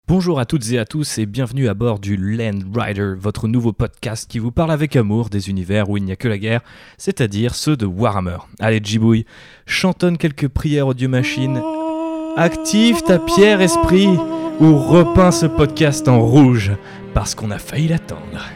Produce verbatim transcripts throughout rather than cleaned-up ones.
Bonjour à toutes et à tous et bienvenue à bord du Land Rider, votre nouveau podcast qui vous parle avec amour des univers où il n'y a que la guerre, c'est-à-dire ceux de Warhammer. Allez Djibouille, chantonne quelques prières aux dieux machines, active ta pierre esprit ou repeins ce podcast en rouge parce qu'on a failli l'attendre.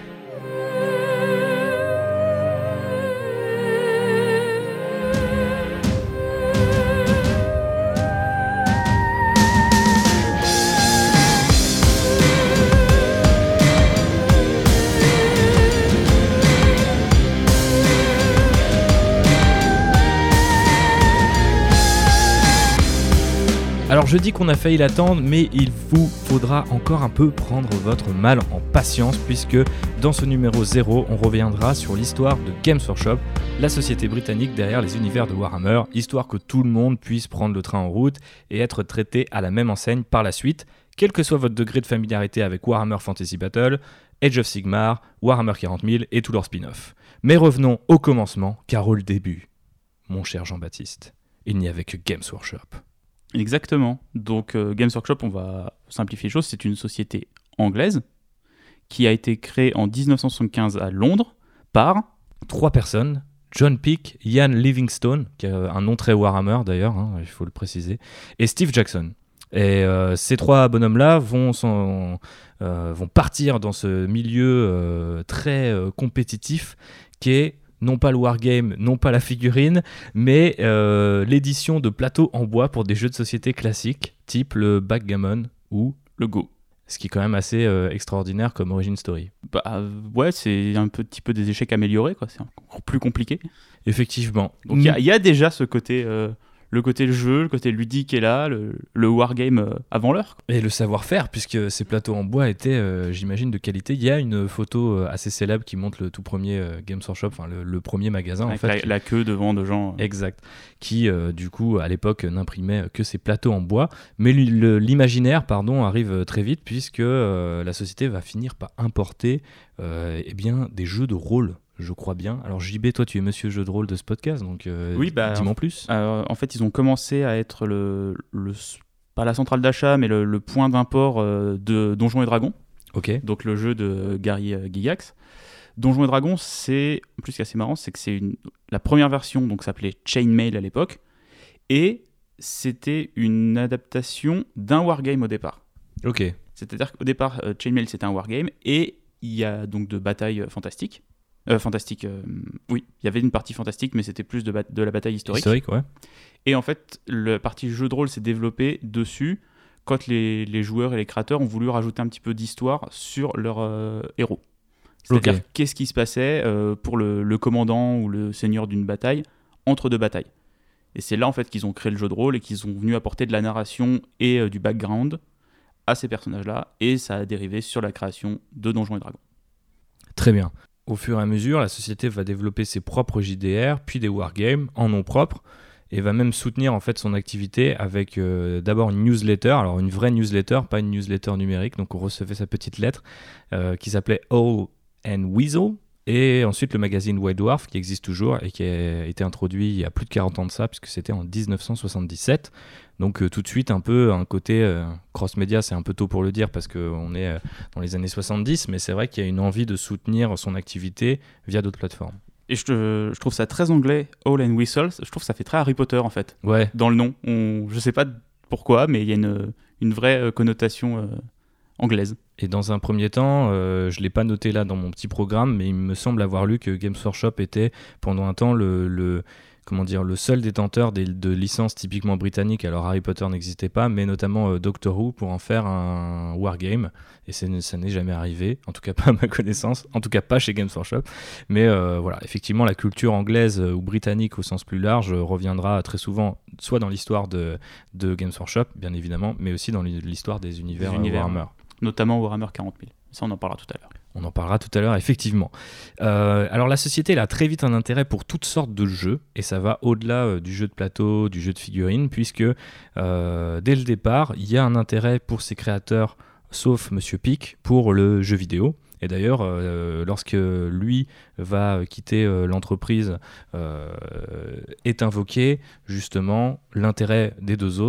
Alors je dis qu'on a failli l'attendre, mais il vous faudra encore un peu prendre votre mal en patience, puisque dans ce numéro zéro, on reviendra sur l'histoire de Games Workshop, la société britannique derrière les univers de Warhammer, histoire que tout le monde puisse prendre le train en route et être traité à la même enseigne par la suite, quel que soit votre degré de familiarité avec Warhammer Fantasy Battle, Age of Sigmar, Warhammer quarante mille et tous leurs spin-offs. Mais revenons au commencement, car au début, mon cher Jean-Baptiste, il n'y avait que Games Workshop. Exactement. Donc euh, Games Workshop, on va simplifier les choses, c'est une société anglaise qui a été créée en dix-neuf cent soixante-quinze à Londres par... Trois personnes, John Peake, Ian Livingstone, qui a un nom très Warhammer d'ailleurs, hein, il faut le préciser, et Steve Jackson. Et euh, ces trois bonhommes-là vont, sont, euh, vont partir dans ce milieu euh, très euh, compétitif qui est... non pas le wargame, non pas la figurine, mais euh, l'édition de plateaux en bois pour des jeux de société classiques, type le backgammon ou le Go. Ce qui est quand même assez euh, extraordinaire comme origin story. Bah ouais, c'est un petit peu des échecs améliorés, quoi. C'est encore plus compliqué. Effectivement. Donc il y, y a déjà ce côté... Euh... Le côté jeu, le côté ludique est là, le, le wargame euh, avant l'heure. Et le savoir-faire, puisque ces plateaux en bois étaient, euh, j'imagine, de qualité. Il y a une photo euh, assez célèbre qui montre le tout premier euh, Games Workshop, enfin le, le premier magasin. Avec en fait, la, qui... la queue devant de gens. Euh... Exact. Qui, euh, du coup, à l'époque, n'imprimait que ces plateaux en bois. Mais le, l'imaginaire, pardon, arrive très vite, puisque euh, la société va finir par importer euh, eh bien, des jeux de rôle. Je crois bien. Alors J B, toi tu es monsieur jeu de rôle de ce podcast, donc euh, oui, bah, dis-moi en plus. Euh, en fait, ils ont commencé à être le, le pas la centrale d'achat, mais le, le point d'import euh, de Donjons et Dragons. Ok. Donc le jeu de Gary euh, Gygax. Donjons et Dragons, c'est en plus ce qui est assez marrant, c'est que c'est une la première version, donc s'appelait Chainmail à l'époque, et c'était une adaptation d'un wargame au départ. Ok. C'est-à-dire qu'au départ, euh, Chainmail c'était un wargame et il y a donc de batailles fantastiques. Euh, fantastique, euh, oui, il y avait une partie fantastique, mais c'était plus de, ba- de la bataille historique. Historique, ouais. Et en fait, la partie jeu de rôle s'est développée dessus quand les, les joueurs et les créateurs ont voulu rajouter un petit peu d'histoire sur leurs euh, héros. C'est-à-dire okay. Qu'est-ce qui se passait euh, pour le, le commandant ou le seigneur d'une bataille entre deux batailles. Et c'est là en fait qu'ils ont créé le jeu de rôle et qu'ils ont venu apporter de la narration et euh, du background à ces personnages-là, et ça a dérivé sur la création de Donjons et Dragons. Très bien. Au fur et à mesure, la société va développer ses propres J D R, puis des wargames en nom propre, et va même soutenir en fait son activité avec euh, d'abord une newsletter, alors une vraie newsletter, pas une newsletter numérique, donc on recevait sa petite lettre euh, qui s'appelait Owl and Weasel, et ensuite le magazine White Dwarf qui existe toujours et qui a été introduit il y a plus de quarante ans de ça, puisque c'était en dix-neuf cent soixante-dix-sept. Donc euh, tout de suite un peu un côté euh, cross-média, c'est un peu tôt pour le dire parce qu'on est euh, dans les années soixante-dix, mais c'est vrai qu'il y a une envie de soutenir son activité via d'autres plateformes. Et je, te, je trouve ça très anglais, Owl and Whistle, je trouve que ça fait très Harry Potter en fait, ouais. Dans le nom. On, je sais pas pourquoi, mais il y a une, une vraie connotation euh, anglaise. Et dans un premier temps, euh, je ne l'ai pas noté là dans mon petit programme, mais il me semble avoir lu que Games Workshop était pendant un temps le... le comment dire, le seul détenteur des, de licences typiquement britanniques. Alors Harry Potter n'existait pas, mais notamment euh, Doctor Who pour en faire un wargame, et c'est, ça n'est jamais arrivé, en tout cas pas à ma connaissance, en tout cas pas chez Games Workshop. Mais euh, voilà, effectivement la culture anglaise euh, ou britannique au sens plus large euh, reviendra très souvent, soit dans l'histoire de, de Games Workshop, bien évidemment, mais aussi dans l'histoire des univers, des univers euh, Warhammer. Notamment Warhammer quarante mille. Ça, on en parlera tout à l'heure. On en parlera tout à l'heure, effectivement. Euh, alors la société elle a très vite un intérêt pour toutes sortes de jeux, et ça va au-delà euh, du jeu de plateau, du jeu de figurines, puisque euh, dès le départ, il y a un intérêt pour ses créateurs, sauf Monsieur Peake, pour le jeu vidéo. Et d'ailleurs, euh, lorsque lui va quitter euh, l'entreprise, euh, est invoqué justement l'intérêt des deux autres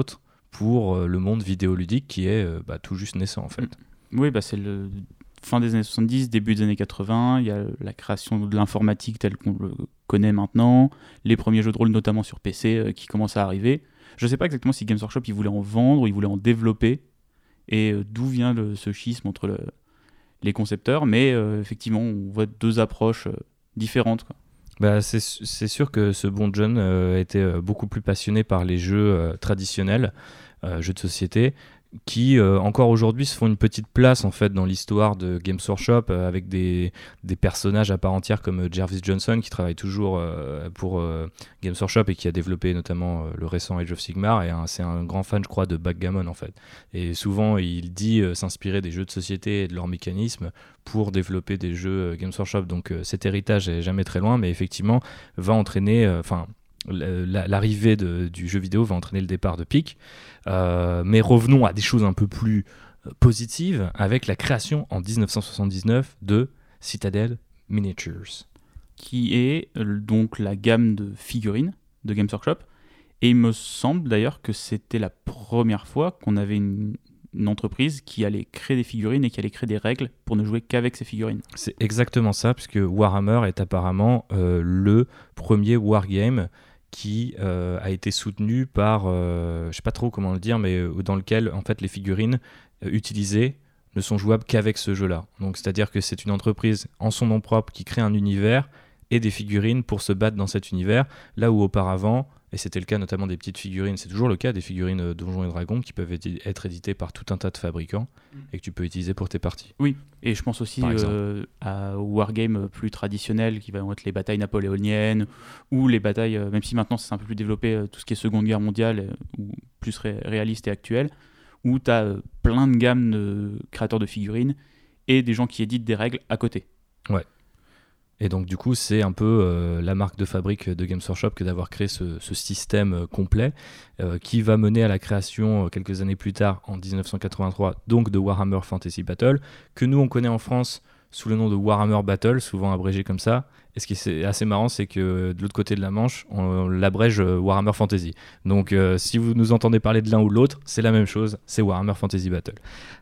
pour euh, le monde vidéoludique qui est euh, bah, tout juste naissant en fait. Mmh. Oui, bah, c'est le fin des années soixante-dix, début des années quatre-vingts, il y a la création de l'informatique telle qu'on le connaît maintenant, les premiers jeux de rôle notamment sur P C euh, qui commencent à arriver. Je ne sais pas exactement si Games Workshop il voulait en vendre ou il voulait en développer, et euh, d'où vient le, ce schisme entre le, les concepteurs, mais euh, effectivement on voit deux approches euh, différentes, quoi. Bah, c'est, c'est sûr que ce bon John euh, était euh, beaucoup plus passionné par les jeux euh, traditionnels, euh, jeux de société, qui euh, encore aujourd'hui se font une petite place en fait dans l'histoire de Games Workshop euh, avec des, des personnages à part entière comme euh, Jarvis Johnson qui travaille toujours euh, pour euh, Games Workshop et qui a développé notamment euh, le récent Age of Sigmar, et un, c'est un grand fan je crois de backgammon en fait, et souvent il dit euh, s'inspirer des jeux de société et de leurs mécanismes pour développer des jeux euh, Games Workshop, donc euh, cet héritage est jamais très loin, mais effectivement va entraîner enfin euh, l'arrivée de, du jeu vidéo va entraîner le départ de Peak. Euh, mais revenons à des choses un peu plus positives avec la création en dix-neuf cent soixante-dix-neuf de Citadel Miniatures, qui est euh, donc la gamme de figurines de Games Workshop. Et il me semble d'ailleurs que c'était la première fois qu'on avait une, une entreprise qui allait créer des figurines et qui allait créer des règles pour ne jouer qu'avec ces figurines. C'est exactement ça, puisque Warhammer est apparemment euh, le premier wargame qui euh, a été soutenu par, euh, je ne sais pas trop comment le dire, mais euh, dans lequel en fait les figurines euh, utilisées ne sont jouables qu'avec ce jeu-là. Donc c'est-à-dire que c'est une entreprise en son nom propre qui crée un univers et des figurines pour se battre dans cet univers, là où auparavant, et c'était le cas notamment des petites figurines, c'est toujours le cas des figurines euh, Donjons et Dragons qui peuvent être éditées par tout un tas de fabricants et que tu peux utiliser pour tes parties. Oui, et je pense aussi euh, à wargames plus traditionnels qui vont être les batailles napoléoniennes ou les batailles, euh, même si maintenant c'est un peu plus développé, euh, tout ce qui est Seconde Guerre mondiale euh, ou plus ré- réaliste et actuel, où tu as euh, plein de gammes de créateurs de figurines et des gens qui éditent des règles à côté. Ouais. Et donc du coup c'est un peu euh, la marque de fabrique de Games Workshop que d'avoir créé ce, ce système euh, complet euh, qui va mener à la création euh, quelques années plus tard en dix-neuf cent quatre-vingt-trois donc de Warhammer Fantasy Battle, que nous on connaît en France sous le nom de Warhammer Battle, souvent abrégé comme ça. Et ce qui est assez marrant, c'est que de l'autre côté de la Manche, on, on l'abrège Warhammer Fantasy. Donc euh, si vous nous entendez parler de l'un ou de l'autre, c'est la même chose, c'est Warhammer Fantasy Battle.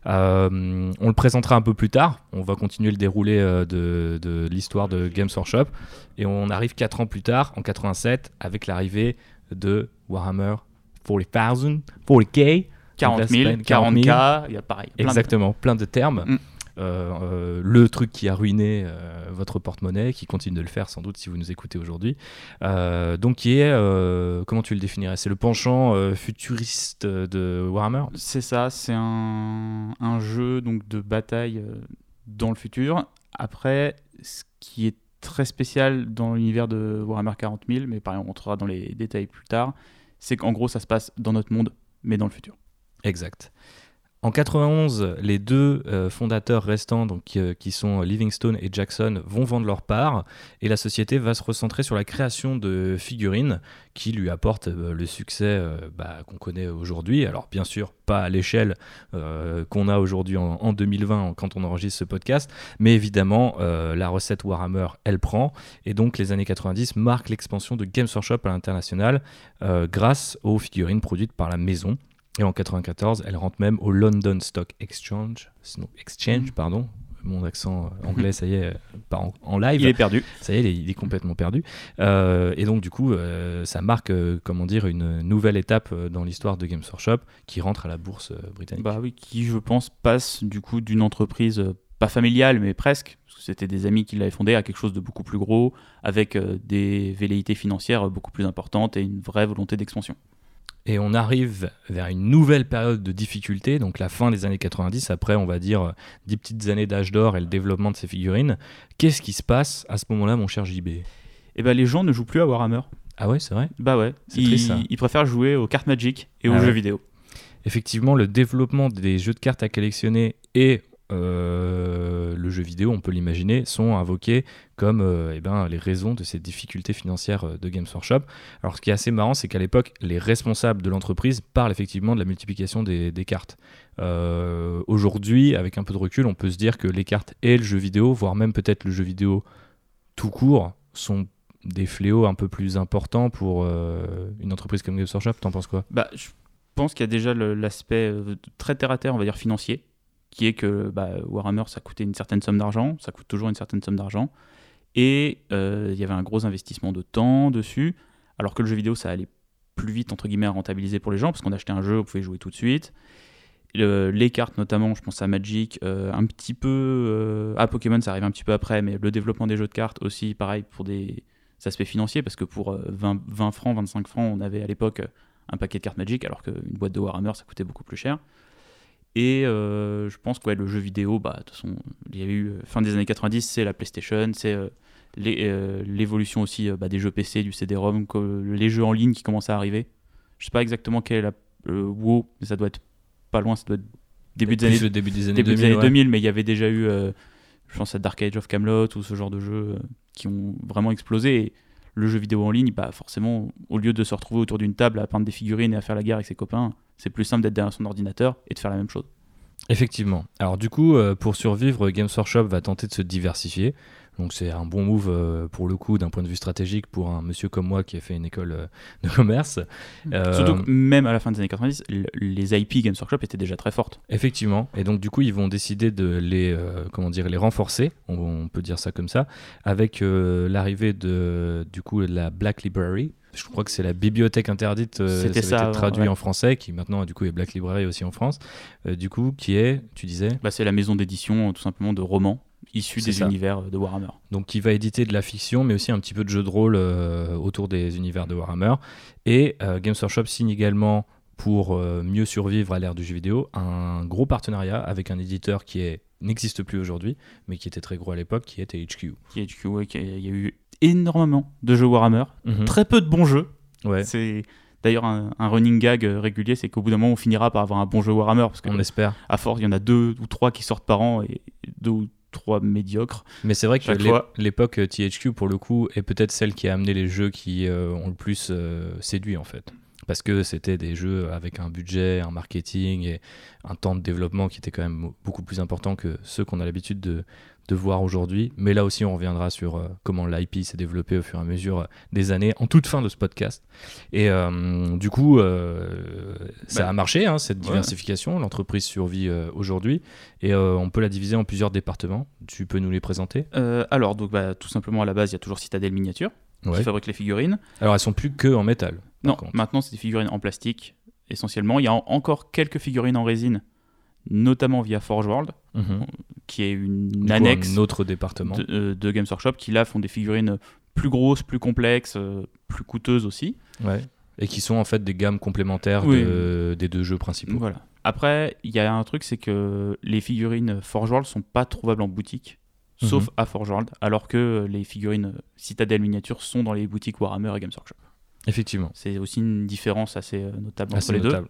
Euh, on le présentera un peu plus tard, on va continuer le déroulé euh, de, de l'histoire de Games Workshop, et on arrive quatre ans plus tard, en quatre-vingt-sept, avec l'arrivée de Warhammer quarante mille, quarante K, quarante mille, quarante K, il y a pareil. Plein exactement, de... plein de termes. Mm. Euh, euh, le truc qui a ruiné euh, votre porte-monnaie, qui continue de le faire sans doute si vous nous écoutez aujourd'hui, euh, donc qui est, euh, comment tu le définirais, c'est le penchant euh, futuriste de Warhammer? C'est ça, c'est un, un jeu donc, de bataille euh, dans le futur. Après, ce qui est très spécial dans l'univers de Warhammer quarante mille, mais pareil on rentrera dans les détails plus tard, c'est qu'en gros ça se passe dans notre monde, mais dans le futur. Exact. En quatre-vingt-onze, les deux euh, fondateurs restants, donc, euh, qui sont Livingstone et Jackson, vont vendre leur part et la société va se recentrer sur la création de figurines qui lui apportent euh, le succès euh, bah, qu'on connaît aujourd'hui. Alors bien sûr, pas à l'échelle euh, qu'on a aujourd'hui en, en deux mille vingt quand on enregistre ce podcast, mais évidemment, euh, la recette Warhammer, elle prend, et donc les années quatre-vingt-dix marquent l'expansion de Games Workshop à l'international euh, grâce aux figurines produites par la maison. Et en quatre-vingt-quatorze, elle rentre même au London Stock Exchange, no, Exchange, pardon. Mon accent anglais, ça y est, part en, en live. Il est perdu. Ça y est, il est, il est complètement perdu. Euh, et donc, du coup, euh, ça marque, euh, comment dire, une nouvelle étape dans l'histoire de Games Workshop qui rentre à la bourse euh, britannique. Bah oui, qui, je pense, passe du coup d'une entreprise euh, pas familiale, mais presque, parce que c'était des amis qui l'avaient fondée, à quelque chose de beaucoup plus gros, avec euh, des velléités financières beaucoup plus importantes et une vraie volonté d'expansion. Et on arrive vers une nouvelle période de difficulté, donc la fin des années quatre-vingt-dix, après on va dire dix petites années d'âge d'or et le développement de ces figurines. Qu'est-ce qui se passe à ce moment-là, mon cher J B? Eh ben, les gens ne jouent plus à Warhammer. Ah ouais, c'est vrai? Bah ouais, c'est ils, triste, ça. Ils préfèrent jouer aux cartes Magic et aux ah jeux ouais. vidéo. Effectivement, le développement des jeux de cartes à collectionner et euh, le jeu vidéo, on peut l'imaginer, sont invoqués comme euh, eh ben, les raisons de ces difficultés financières de Games Workshop. Alors ce qui est assez marrant, c'est qu'à l'époque, les responsables de l'entreprise parlent effectivement de la multiplication des, des cartes. Euh, aujourd'hui, avec un peu de recul, on peut se dire que les cartes et le jeu vidéo, voire même peut-être le jeu vidéo tout court, sont des fléaux un peu plus importants pour euh, une entreprise comme Games Workshop. T'en penses quoi? Bah, je pense qu'il y a déjà le, l'aspect euh, très terre-à-terre, on va dire financier, qui est que bah, Warhammer, ça coûtait une certaine somme d'argent, ça coûte toujours une certaine somme d'argent, et euh, il y avait un gros investissement de temps dessus, alors que le jeu vidéo, ça allait plus vite, entre guillemets, à rentabiliser pour les gens, parce qu'on achetait un jeu, on pouvait jouer tout de suite. Le, les cartes, notamment, je pense à Magic, euh, un petit peu... Euh, à Pokémon, ça arrive un petit peu après, mais le développement des jeux de cartes aussi, pareil, pour des aspects financiers, parce que pour euh, vingt, vingt francs, vingt-cinq francs, on avait à l'époque un paquet de cartes Magic, alors qu'une boîte de Warhammer, ça coûtait beaucoup plus cher. Et euh, je pense que ouais, le jeu vidéo, bah, de toute façon, il y a eu, euh, fin des années quatre-vingt-dix, c'est la PlayStation, c'est euh, les, euh, l'évolution aussi euh, bah, des jeux P C, du C D-ROM, que, les jeux en ligne qui commencent à arriver. Je sais pas exactement quel est la, le WoW, mais ça doit être pas loin, ça doit être début des années, le début des années début deux mille, des années ouais. deux mille, mais il y avait déjà eu, euh, je pense à Dark Age of Camelot ou ce genre de jeux euh, qui ont vraiment explosé. Et le jeu vidéo en ligne, bah forcément, au lieu de se retrouver autour d'une table à peindre des figurines et à faire la guerre avec ses copains, c'est plus simple d'être derrière son ordinateur et de faire la même chose. Effectivement. Alors du coup, euh, pour survivre, Games Workshop va tenter de se diversifier. Donc c'est un bon move euh, pour le coup d'un point de vue stratégique pour un monsieur comme moi qui a fait une école euh, de commerce. Euh, Surtout que même à la fin des années quatre-vingt-dix, les I P Games Workshop étaient déjà très fortes. Effectivement. Et donc du coup, ils vont décider de les, euh, comment dire, les renforcer, on, on peut dire ça comme ça, avec euh, l'arrivée de du coup la Black Library. Je crois que c'est la bibliothèque interdite, euh, C'était ça a ça, été traduit ouais. en français, qui maintenant du coup est Black Library aussi en France. Euh, du coup, qui est, tu disais bah, c'est la maison d'édition tout simplement de romans issus C'est des ça. univers de Warhammer. Donc qui va éditer de la fiction, mais aussi un petit peu de jeu de rôle euh, autour des univers de Warhammer. Et euh, Games Workshop signe également, pour euh, mieux survivre à l'ère du jeu vidéo, un gros partenariat avec un éditeur qui est, n'existe plus aujourd'hui, mais qui était très gros à l'époque, qui était H Q. Qui est H Q, ouais, qui a- il y a eu énormément de jeux Warhammer, Mhm. très peu de bons jeux. Ouais, C'est d'ailleurs un, un running gag euh, régulier, c'est qu'au bout d'un moment, on finira par avoir un bon jeu Warhammer, parce on espère. qu'à force, il y en a deux ou trois qui sortent par an et deux ou trois médiocres. Mais c'est vrai que Chaque l'é- fois. l'époque T H Q, pour le coup, est peut-être celle qui a amené les jeux qui euh, ont le plus euh, séduit, en fait. Parce que c'était des jeux avec un budget, un marketing et un temps de développement qui était quand même beaucoup plus important que ceux qu'on a l'habitude de, de voir aujourd'hui. Mais là aussi, on reviendra sur euh, comment l'I P s'est développé au fur et à mesure des années, en toute fin de ce podcast. Et euh, du coup, euh, ça Bah, a marché, hein, cette ouais. diversification. L'entreprise survit euh, aujourd'hui. Et euh, on peut la diviser en plusieurs départements. Tu peux nous les présenter ? Euh, alors, donc, bah, tout simplement, à la base, il y a toujours Citadel Miniature, Ouais. qui fabrique les figurines. Alors, elles sont plus que en métal. par Non, contre. maintenant, c'est des figurines en plastique, essentiellement. Il y a en- encore quelques figurines en résine, notamment via Forge World, Mhm. qui est une Du coup, annexe un autre département. de, euh, de Games Workshop, qui là font des figurines plus grosses, plus complexes, euh, plus coûteuses aussi. Ouais. Et qui sont en fait des gammes complémentaires Oui. de- des deux jeux principaux. Voilà. Après, il y a un truc, c'est que les figurines Forge World sont pas trouvables en boutique, sauf Mhm. à Forge World, alors que les figurines Citadel Miniature sont dans les boutiques Warhammer et Games Workshop. Effectivement. C'est aussi une différence assez euh, notable entre Assez les notable. deux.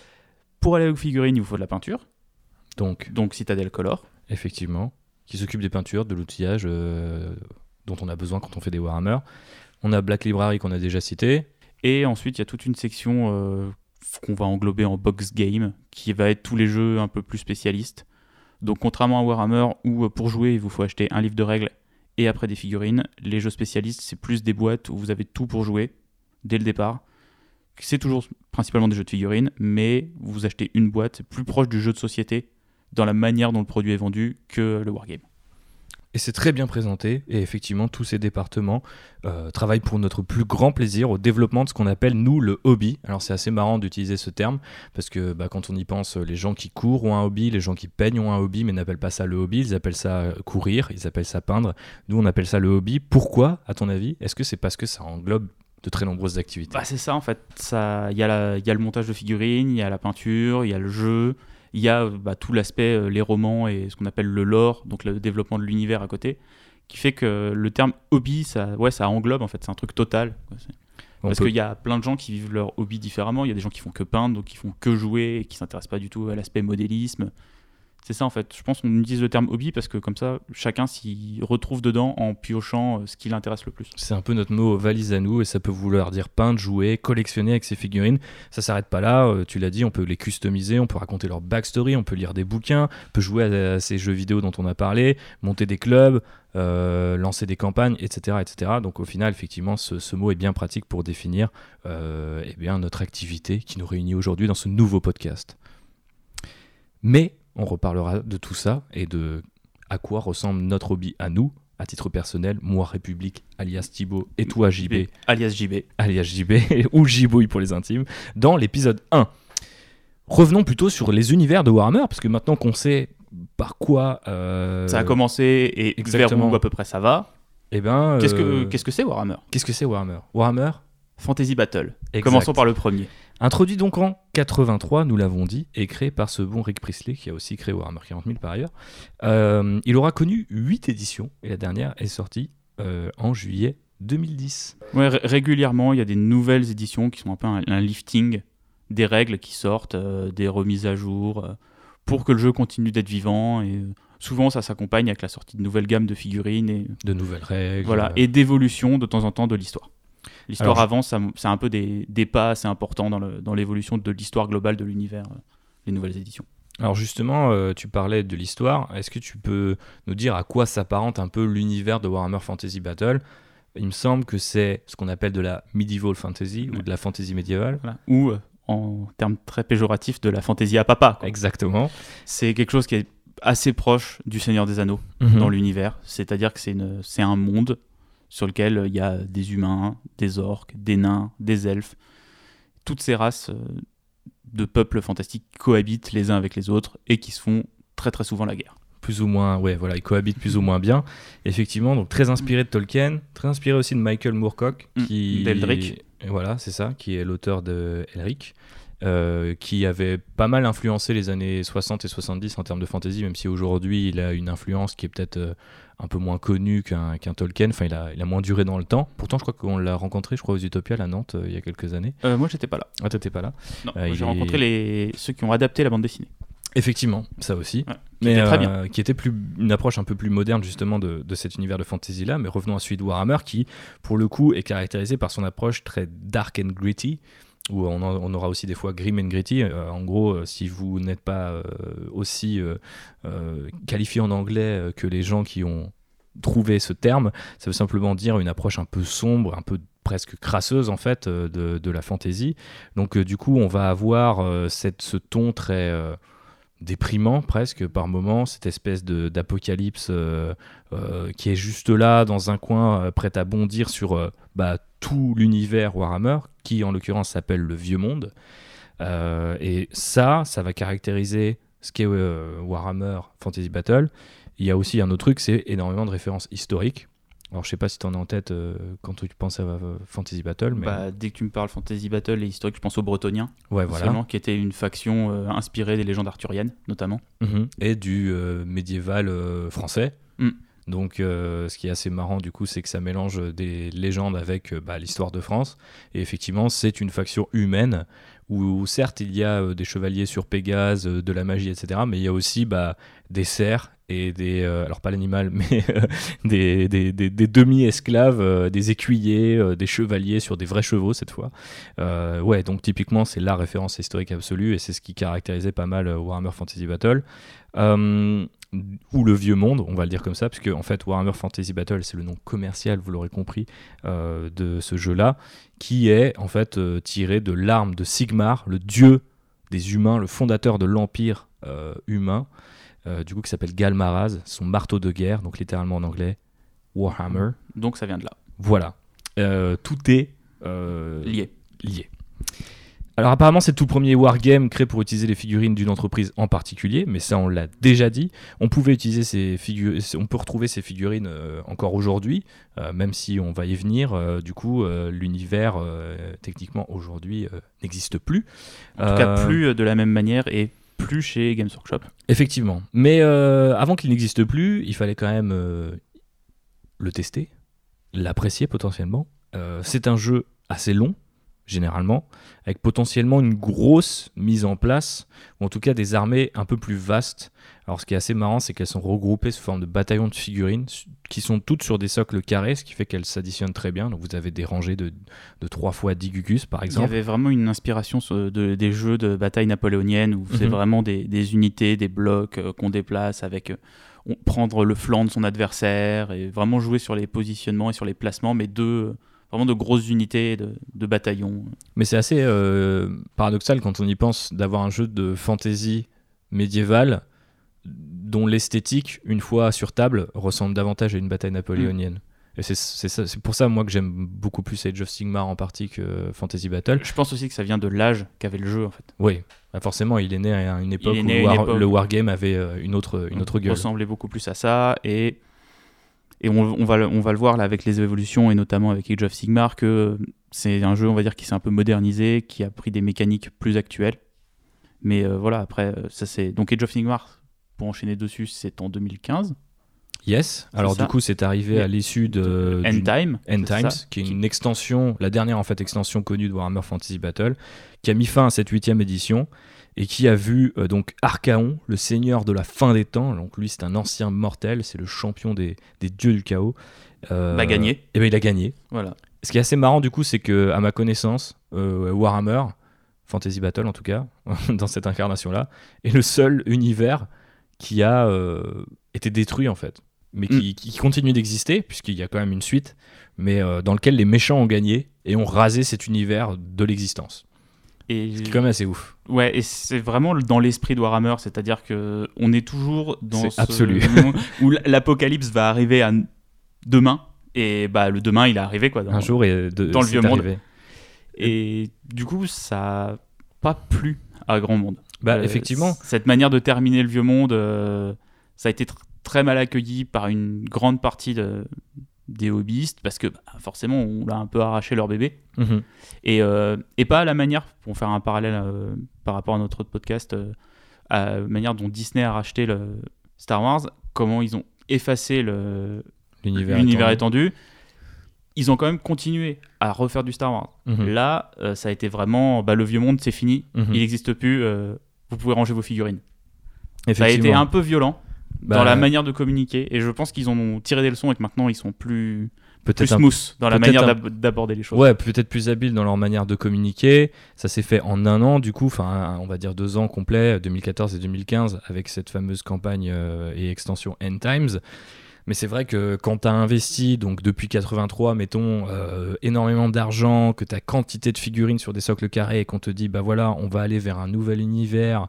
Pour aller aux figurines, il vous faut de la peinture, Donc, donc Citadel Color. effectivement, qui s'occupe des peintures, de l'outillage euh, dont on a besoin quand on fait des Warhammer. On a Black Library qu'on a déjà cité. Et ensuite, il y a toute une section euh, qu'on va englober en box game, qui va être tous les jeux un peu plus spécialistes. Donc, contrairement à Warhammer, où euh, pour jouer, il vous faut acheter un livre de règles et après des figurines, les jeux spécialistes, c'est plus des boîtes où vous avez tout pour jouer dès le départ. C'est toujours principalement des jeux de figurines, mais vous achetez une boîte plus proche du jeu de société dans la manière dont le produit est vendu que le wargame. Et c'est très bien présenté. Et effectivement, tous ces départements euh, travaillent pour notre plus grand plaisir au développement de ce qu'on appelle, nous, le hobby. Alors, c'est assez marrant d'utiliser ce terme, parce que bah, quand on y pense, les gens qui courent ont un hobby, les gens qui peignent ont un hobby, mais n'appellent pas ça le hobby. Ils appellent ça euh, courir, ils appellent ça peindre. Nous, on appelle ça le hobby. Pourquoi, à ton avis ? Est-ce que c'est parce que ça englobe de très nombreuses activités ? Bah, c'est ça en fait. Ça, il y, a la- il y a le montage de figurines, il y a la peinture, il y a le jeu, il y a bah, tout l'aspect, euh, les romans et ce qu'on appelle le lore, donc le développement de l'univers à côté, qui fait que le terme hobby, ça, ouais, ça englobe en fait, c'est un truc total. quoi. C'est- On Parce peut- qu'il y a plein de gens qui vivent leur hobby différemment. Il y a des gens qui font que peindre, donc qui font que jouer et qui s'intéressent pas du tout à l'aspect modélisme. C'est ça en fait, je pense qu'on utilise le terme hobby parce que comme ça, chacun s'y retrouve dedans en piochant ce qui l'intéresse le plus. C'est un peu notre mot valise à nous et ça peut vouloir dire peindre, jouer, collectionner avec ses figurines. Ça s'arrête pas là, euh, tu l'as dit, on peut les customiser, on peut raconter leur backstory, on peut lire des bouquins, on peut jouer à, à ces jeux vidéo dont on a parlé, monter des clubs, euh, lancer des campagnes, et cetera, et cetera. Donc au final, effectivement, ce, ce mot est bien pratique pour définir euh, eh bien, notre activité qui nous réunit aujourd'hui dans ce nouveau podcast. Mais on reparlera de tout ça et de à quoi ressemble notre hobby à nous, à titre personnel, moi République, alias Thibaut, et toi J B, alias J B, alias J B, ou Jibouille pour les intimes, dans l'épisode un. Revenons plutôt sur les univers de Warhammer, parce que maintenant qu'on sait par quoi... Euh... Ça a commencé et exactement vers où à peu près ça va, eh ben, qu'est-ce, euh... que, qu'est-ce que c'est Warhammer Qu'est-ce que c'est Warhammer Warhammer Fantasy Battle. Exact. Commençons par le premier. Introduit donc en quatre-vingt-trois, nous l'avons dit, et créé par ce bon Rick Priestley, qui a aussi créé Warhammer quarante mille par ailleurs. Euh, il aura connu huit éditions, et la dernière est sortie euh, en juillet deux mille dix. Ouais, r- régulièrement, il y a des nouvelles éditions qui sont un peu un, un lifting des règles qui sortent, euh, des remises à jour, euh, pour que le jeu continue d'être vivant. Et euh, souvent, ça s'accompagne avec la sortie de nouvelles gammes de figurines. Et, de nouvelles règles. Voilà, et d'évolution de temps en temps de l'histoire. L'histoire Alors, avance, ça, c'est un peu des, des pas assez importants dans, le, dans l'évolution de l'histoire globale de l'univers, euh, les nouvelles éditions. Alors justement, euh, tu parlais de l'histoire. Est-ce que tu peux nous dire à quoi s'apparente un peu l'univers de Warhammer Fantasy Battle ? Il me semble que c'est ce qu'on appelle de la medieval fantasy ouais. ou de la fantasy médiévale. Voilà. Ou, euh, en termes très péjoratifs, de la fantasy à papa. Quoi. Exactement. C'est quelque chose qui est assez proche du Seigneur des Anneaux mm-hmm. dans l'univers. C'est-à-dire que c'est, une, c'est un monde sur lequel il y a des humains, des orques, des nains, des elfes. Toutes ces races de peuples fantastiques cohabitent les uns avec les autres et qui se font très très souvent la guerre. Plus ou moins, ouais, voilà, ils cohabitent plus ou moins bien. Effectivement, donc très inspiré de Tolkien, très inspiré aussi de Michael Moorcock, qui... d'Eldritch. Voilà, c'est ça, qui est l'auteur de Elric. Euh, qui avait pas mal influencé les années soixante et soixante-dix en termes de fantasy, même si aujourd'hui il a une influence qui est peut-être euh, un peu moins connue qu'un, qu'un Tolkien, enfin il a, il a moins duré dans le temps. Pourtant je crois qu'on l'a rencontré, je crois aux Utopiales à Nantes euh, il y a quelques années. Euh, moi j'étais pas là. Ah t'étais pas là Non, euh, j'ai rencontré est... les... ceux qui ont adapté la bande dessinée. Effectivement, ça aussi. Ouais, mais était très euh, bien. Qui était plus, une approche un peu plus moderne justement de, de cet univers de fantasy-là. Mais revenons à celui de Warhammer qui, pour le coup, est caractérisé par son approche très dark and gritty, où on, en, on aura aussi des fois grim and gritty. Euh, en gros, euh, si vous n'êtes pas euh, aussi euh, euh, qualifié en anglais euh, que les gens qui ont trouvé ce terme, ça veut simplement dire une approche un peu sombre, un peu presque crasseuse en fait euh, de, de la fantasy. Donc euh, du coup, on va avoir euh, cette, ce ton très... Euh, déprimant presque par moment, cette espèce de, d'apocalypse euh, euh, qui est juste là dans un coin euh, prête à bondir sur euh, bah, tout l'univers Warhammer qui en l'occurrence s'appelle le Vieux Monde euh, et ça, ça va caractériser ce qu'est euh, Warhammer Fantasy Battle. Il y a aussi un autre truc, c'est énormément de références historiques. Alors je sais pas si tu en as en tête euh, quand tu penses à euh, Fantasy Battle, mais... Bah, dès que tu me parles Fantasy Battle et historique, je pense aux Bretoniens, ouais, voilà. qui était une faction euh, inspirée des légendes arthuriennes, notamment. Mmh. Et du euh, médiéval euh, français. Mm. Donc euh, ce qui est assez marrant du coup, c'est que ça mélange des légendes avec euh, bah, l'histoire de France. Et effectivement, c'est une faction humaine où, où certes il y a euh, des chevaliers sur Pégase, euh, de la magie, et cetera. Mais il y a aussi bah, des cerfs et des, euh, alors pas l'animal, mais euh, des, des, des, des demi-esclaves, euh, des écuyers, euh, des chevaliers sur des vrais chevaux cette fois. Euh, ouais, donc typiquement c'est la référence historique absolue et c'est ce qui caractérisait pas mal euh, Warhammer Fantasy Battle. Euh, ou le Vieux Monde, on va le dire comme ça, puisque en fait Warhammer Fantasy Battle c'est le nom commercial, vous l'aurez compris, euh, de ce jeu-là, qui est en fait euh, tiré de l'arme de Sigmar, le dieu des humains, le fondateur de l'empire euh, humain. Euh, du coup qui s'appelle Galmaraz, son marteau de guerre, donc littéralement en anglais Warhammer. Donc ça vient de là. Voilà, euh, tout est euh, lié. lié. Alors apparemment c'est le tout premier wargame créé pour utiliser les figurines d'une entreprise en particulier, mais ça on l'a déjà dit. On pouvait utiliser ces figurines, on peut retrouver ces figurines euh, encore aujourd'hui, euh, même si on va y venir. Euh, du coup, euh, l'univers euh, techniquement aujourd'hui euh, n'existe plus. En tout euh, cas, plus de la même manière et plus chez Games Workshop. Effectivement. Mais euh, avant qu'il n'existe plus, il fallait quand même euh, le tester, l'apprécier potentiellement. Euh, c'est un jeu assez long, généralement, avec potentiellement une grosse mise en place, ou en tout cas des armées un peu plus vastes. Alors ce qui est assez marrant, c'est qu'elles sont regroupées sous forme de bataillons de figurines, qui sont toutes sur des socles carrés, ce qui fait qu'elles s'additionnent très bien. Donc vous avez des rangées de, de trois fois dix Gugus, par exemple. Il y avait vraiment une inspiration de, de, des jeux de bataille napoléonienne, où c'est mm-hmm. vraiment des, des unités, des blocs euh, qu'on déplace avec... Euh, on, prendre le flanc de son adversaire, et vraiment jouer sur les positionnements et sur les placements, mais deux... Vraiment de grosses unités de, de bataillons. Mais c'est assez euh, paradoxal quand on y pense d'avoir un jeu de fantasy médiévale dont l'esthétique, une fois sur table, ressemble davantage à une bataille napoléonienne. Mmh. Et c'est, c'est, ça, c'est pour ça, moi, que j'aime beaucoup plus Age of Sigmar en partie que Fantasy Battle. Je pense aussi que ça vient de l'âge qu'avait le jeu, en fait. Oui, bah forcément, il est né à une époque où war, époque le wargame avait une autre, une autre gueule. Ressemblait beaucoup plus à ça, et... Et on, on, va, on va le voir là avec les évolutions, et notamment avec Age of Sigmar, que c'est un jeu, on va dire, qui s'est un peu modernisé, qui a pris des mécaniques plus actuelles. Mais euh, voilà, après, ça c'est... Donc Age of Sigmar, pour enchaîner dessus, c'est en deux mille quinze. Yes, alors du coup c'est arrivé à l'issue de... End Time. End Times, qui est une extension, la dernière en fait extension connue de Warhammer Fantasy Battle, qui a mis fin à cette huitième édition, et qui a vu euh, donc Archaon, le seigneur de la fin des temps. Donc lui c'est un ancien mortel, c'est le champion des, des dieux du chaos. Euh, bah gagné. Et ben il a gagné. Voilà. Ce qui est assez marrant du coup, c'est que à ma connaissance, euh, Warhammer Fantasy Battle en tout cas, dans cette incarnation là, est le seul univers qui a euh, été détruit en fait, mais qui, mm. qui continue d'exister puisqu'il y a quand même une suite, mais euh, dans lequel les méchants ont gagné et ont rasé cet univers de l'existence. Et ce qui est quand même assez ouf. Ouais, et c'est vraiment dans l'esprit de Warhammer, c'est-à-dire que on est toujours dans c'est ce absolu. moment où l'apocalypse va arriver à demain, et bah le demain il est arrivé quoi. Dans, Un jour et de, dans le vieux arrivé. monde. Et du coup, ça n'a pas plu à grand monde. Bah euh, effectivement. Cette manière de terminer le vieux monde, euh, ça a été tr- très mal accueilli par une grande partie de des hobbyistes, parce que bah, forcément on l'a un peu arraché leur bébé. Mmh. Et, euh, et pas à la manière, pour faire un parallèle euh, par rapport à notre autre podcast, euh, à la manière dont Disney a racheté le Star Wars, comment ils ont effacé le, l'univers, l'univers étendu. étendu. Ils ont quand même continué à refaire du Star Wars. Mmh. Là, euh, ça a été vraiment, bah, le vieux monde c'est fini, mmh. il n'existe plus, euh, vous pouvez ranger vos figurines. Ça a été un peu violent dans bah, la manière de communiquer, et je pense qu'ils en ont tiré des leçons et que maintenant ils sont plus, plus smooth un, dans la manière un, d'aborder les choses. Ouais, peut-être plus habiles dans leur manière de communiquer. Ça s'est fait en un an du coup, enfin on va dire deux ans complets, deux mille quatorze et deux mille quinze, avec cette fameuse campagne euh, et extension End Times. Mais c'est vrai que quand tu as investi, donc depuis quatre-vingt-trois, mettons, euh, énormément d'argent, que tu as quantité de figurines sur des socles carrés et qu'on te dit, bah voilà, on va aller vers un nouvel univers,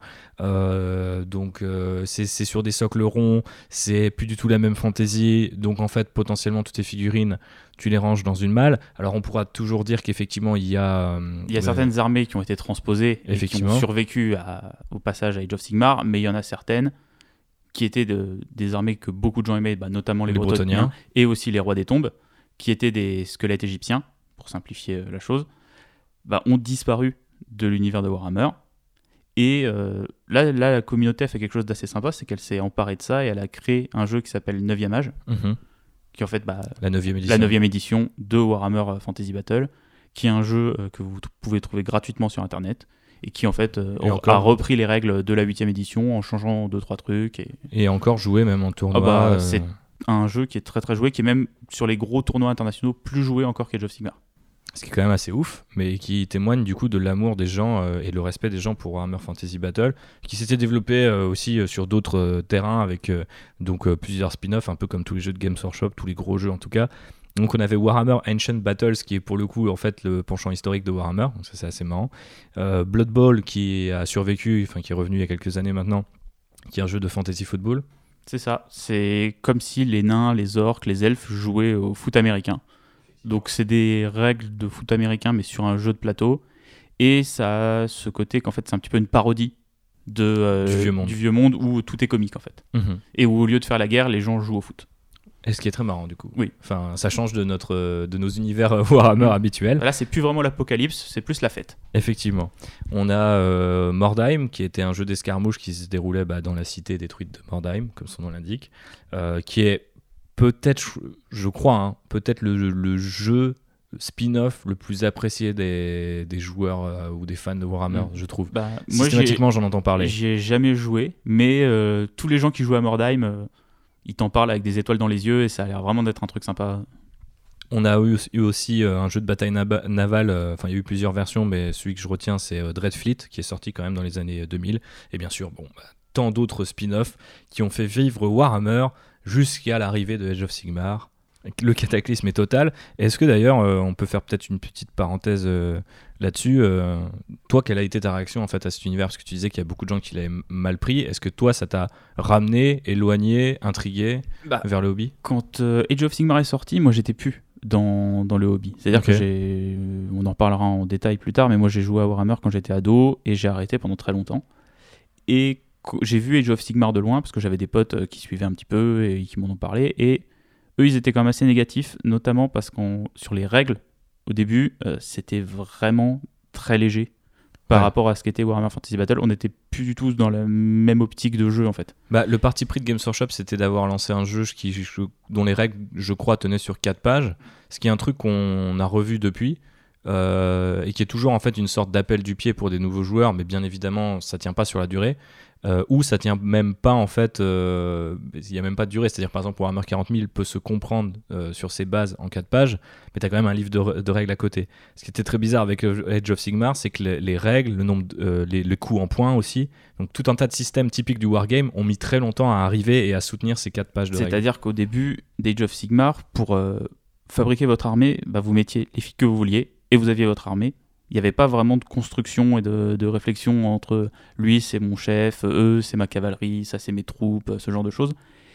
euh, donc euh, c'est, c'est sur des socles ronds, c'est plus du tout la même fantasy, donc en fait, potentiellement, toutes tes figurines, tu les ranges dans une malle. Alors on pourra toujours dire qu'effectivement, il y a... Euh, il y a euh, certaines armées qui ont été transposées et qui ont survécu à, au passage à Age of Sigmar, mais il y en a certaines qui étaient de, des armées que beaucoup de gens aimaient, bah, notamment les, les Bretoniens, Bretoniens et aussi les Rois des Tombes, qui étaient des squelettes égyptiens, pour simplifier euh, la chose, bah, ont disparu de l'univers de Warhammer. Et euh, là, là, la communauté a fait quelque chose d'assez sympa, c'est qu'elle s'est emparée de ça et elle a créé un jeu qui s'appelle neuvième Âge, mm-hmm. qui est en fait bah, la neuvième édition. la neuvième édition de Warhammer Fantasy Battle, qui est un jeu euh, que vous t- pouvez trouver gratuitement sur Internet, et qui en fait euh, a encore, repris les règles de la huitième édition en changeant deux trois trucs et, et encore joué même en tournoi. Ah bah, euh... c'est un jeu qui est très très joué, qui est même sur les gros tournois internationaux plus joué encore qu'Age of Sigmar. Ce qui est quand même assez ouf, mais qui témoigne du coup de l'amour des gens euh, et le respect des gens pour Warhammer Fantasy Battle, qui s'était développé euh, aussi euh, sur d'autres euh, terrains avec euh, donc euh, plusieurs spin-offs, un peu comme tous les jeux de Games Workshop, tous les gros jeux en tout cas. Donc on avait Warhammer Ancient Battles qui est pour le coup en fait le penchant historique de Warhammer, donc ça c'est assez marrant. Euh, Blood Bowl qui a survécu, enfin qui est revenu il y a quelques années maintenant, qui est un jeu de fantasy football. C'est ça, c'est comme si les nains, les orques, les elfes jouaient au foot américain. Donc c'est des règles de foot américain mais sur un jeu de plateau, et ça a ce côté qu'en fait c'est un petit peu une parodie de, euh, du, vieux monde. du vieux monde où tout est comique en fait. Mm-hmm. Et où au lieu de faire la guerre, les gens jouent au foot. Et ce qui est très marrant du coup. Oui. Enfin, ça change de, notre, de nos univers Warhammer mmh. habituels. Là, c'est plus vraiment l'apocalypse, c'est plus la fête. Effectivement. On a euh, Mordheim, qui était un jeu d'escarmouche qui se déroulait bah, dans la cité détruite de Mordheim, comme son nom l'indique, euh, qui est peut-être, je crois, hein, peut-être le, le jeu spin-off le plus apprécié des, des joueurs euh, ou des fans de Warhammer, mmh. je trouve. Bah, Systématiquement, moi, j'en entends parler. J'y ai jamais joué, mais euh, tous les gens qui jouent à Mordheim, euh, ils t'en parlent avec des étoiles dans les yeux et ça a l'air vraiment d'être un truc sympa. On a eu, eu aussi euh, un jeu de bataille nava- navale, enfin euh, il y a eu plusieurs versions, mais celui que je retiens c'est euh, Dreadfleet, qui est sorti quand même dans les années deux mille. Et bien sûr, bon, bah, tant d'autres spin-offs qui ont fait vivre Warhammer jusqu'à l'arrivée de Age of Sigmar. Le cataclysme est total. Est-ce que d'ailleurs, euh, on peut faire peut-être une petite parenthèse euh, là-dessus euh, toi, quelle a été ta réaction en fait à cet univers? Parce que tu disais qu'il y a beaucoup de gens qui l'avaient mal pris. Est-ce que toi, ça t'a ramené, éloigné, intrigué bah, vers le hobby? Quand euh, Age of Sigmar est sorti, moi j'étais plus dans, dans le hobby. C'est-à-dire okay. que j'ai... On en reparlera en détail plus tard, mais moi j'ai joué à Warhammer quand j'étais ado et j'ai arrêté pendant très longtemps. Et j'ai vu Age of Sigmar de loin parce que j'avais des potes qui suivaient un petit peu et qui m'en ont parlé. Et eux, ils étaient quand même assez négatifs, notamment parce que sur les règles, au début, euh, c'était vraiment très léger par ouais. rapport à ce qu'était Warhammer Fantasy Battle. On n'était plus du tout dans la même optique de jeu, en fait. Bah, le parti pris de Games Workshop, c'était d'avoir lancé un jeu qui, je, dont les règles, je crois, tenaient sur quatre pages, ce qui est un truc qu'on a revu depuis, euh, et qui est toujours en fait une sorte d'appel du pied pour des nouveaux joueurs, mais bien évidemment, ça tient pas sur la durée. Euh, ou ça tient même pas en fait, il euh, y a même pas de durée, c'est-à-dire par exemple Warhammer quarante mille peut se comprendre euh, sur ses bases en quatre pages, mais t'as quand même un livre de, de règles à côté. Ce qui était très bizarre avec Age of Sigmar, c'est que les, les règles, le nombre, de, euh, les, les coups en points aussi, donc tout un tas de systèmes typiques du wargame ont mis très longtemps à arriver et à soutenir ces quatre pages de c'est-à-dire règles. C'est-à-dire qu'au début d'Age of Sigmar, pour euh, fabriquer votre armée, bah, vous mettiez les filles que vous vouliez et vous aviez votre armée. Il n'y avait pas vraiment de construction et de, de réflexion entre lui, c'est mon chef, eux, c'est ma cavalerie, ça, c'est mes troupes, ce genre de choses.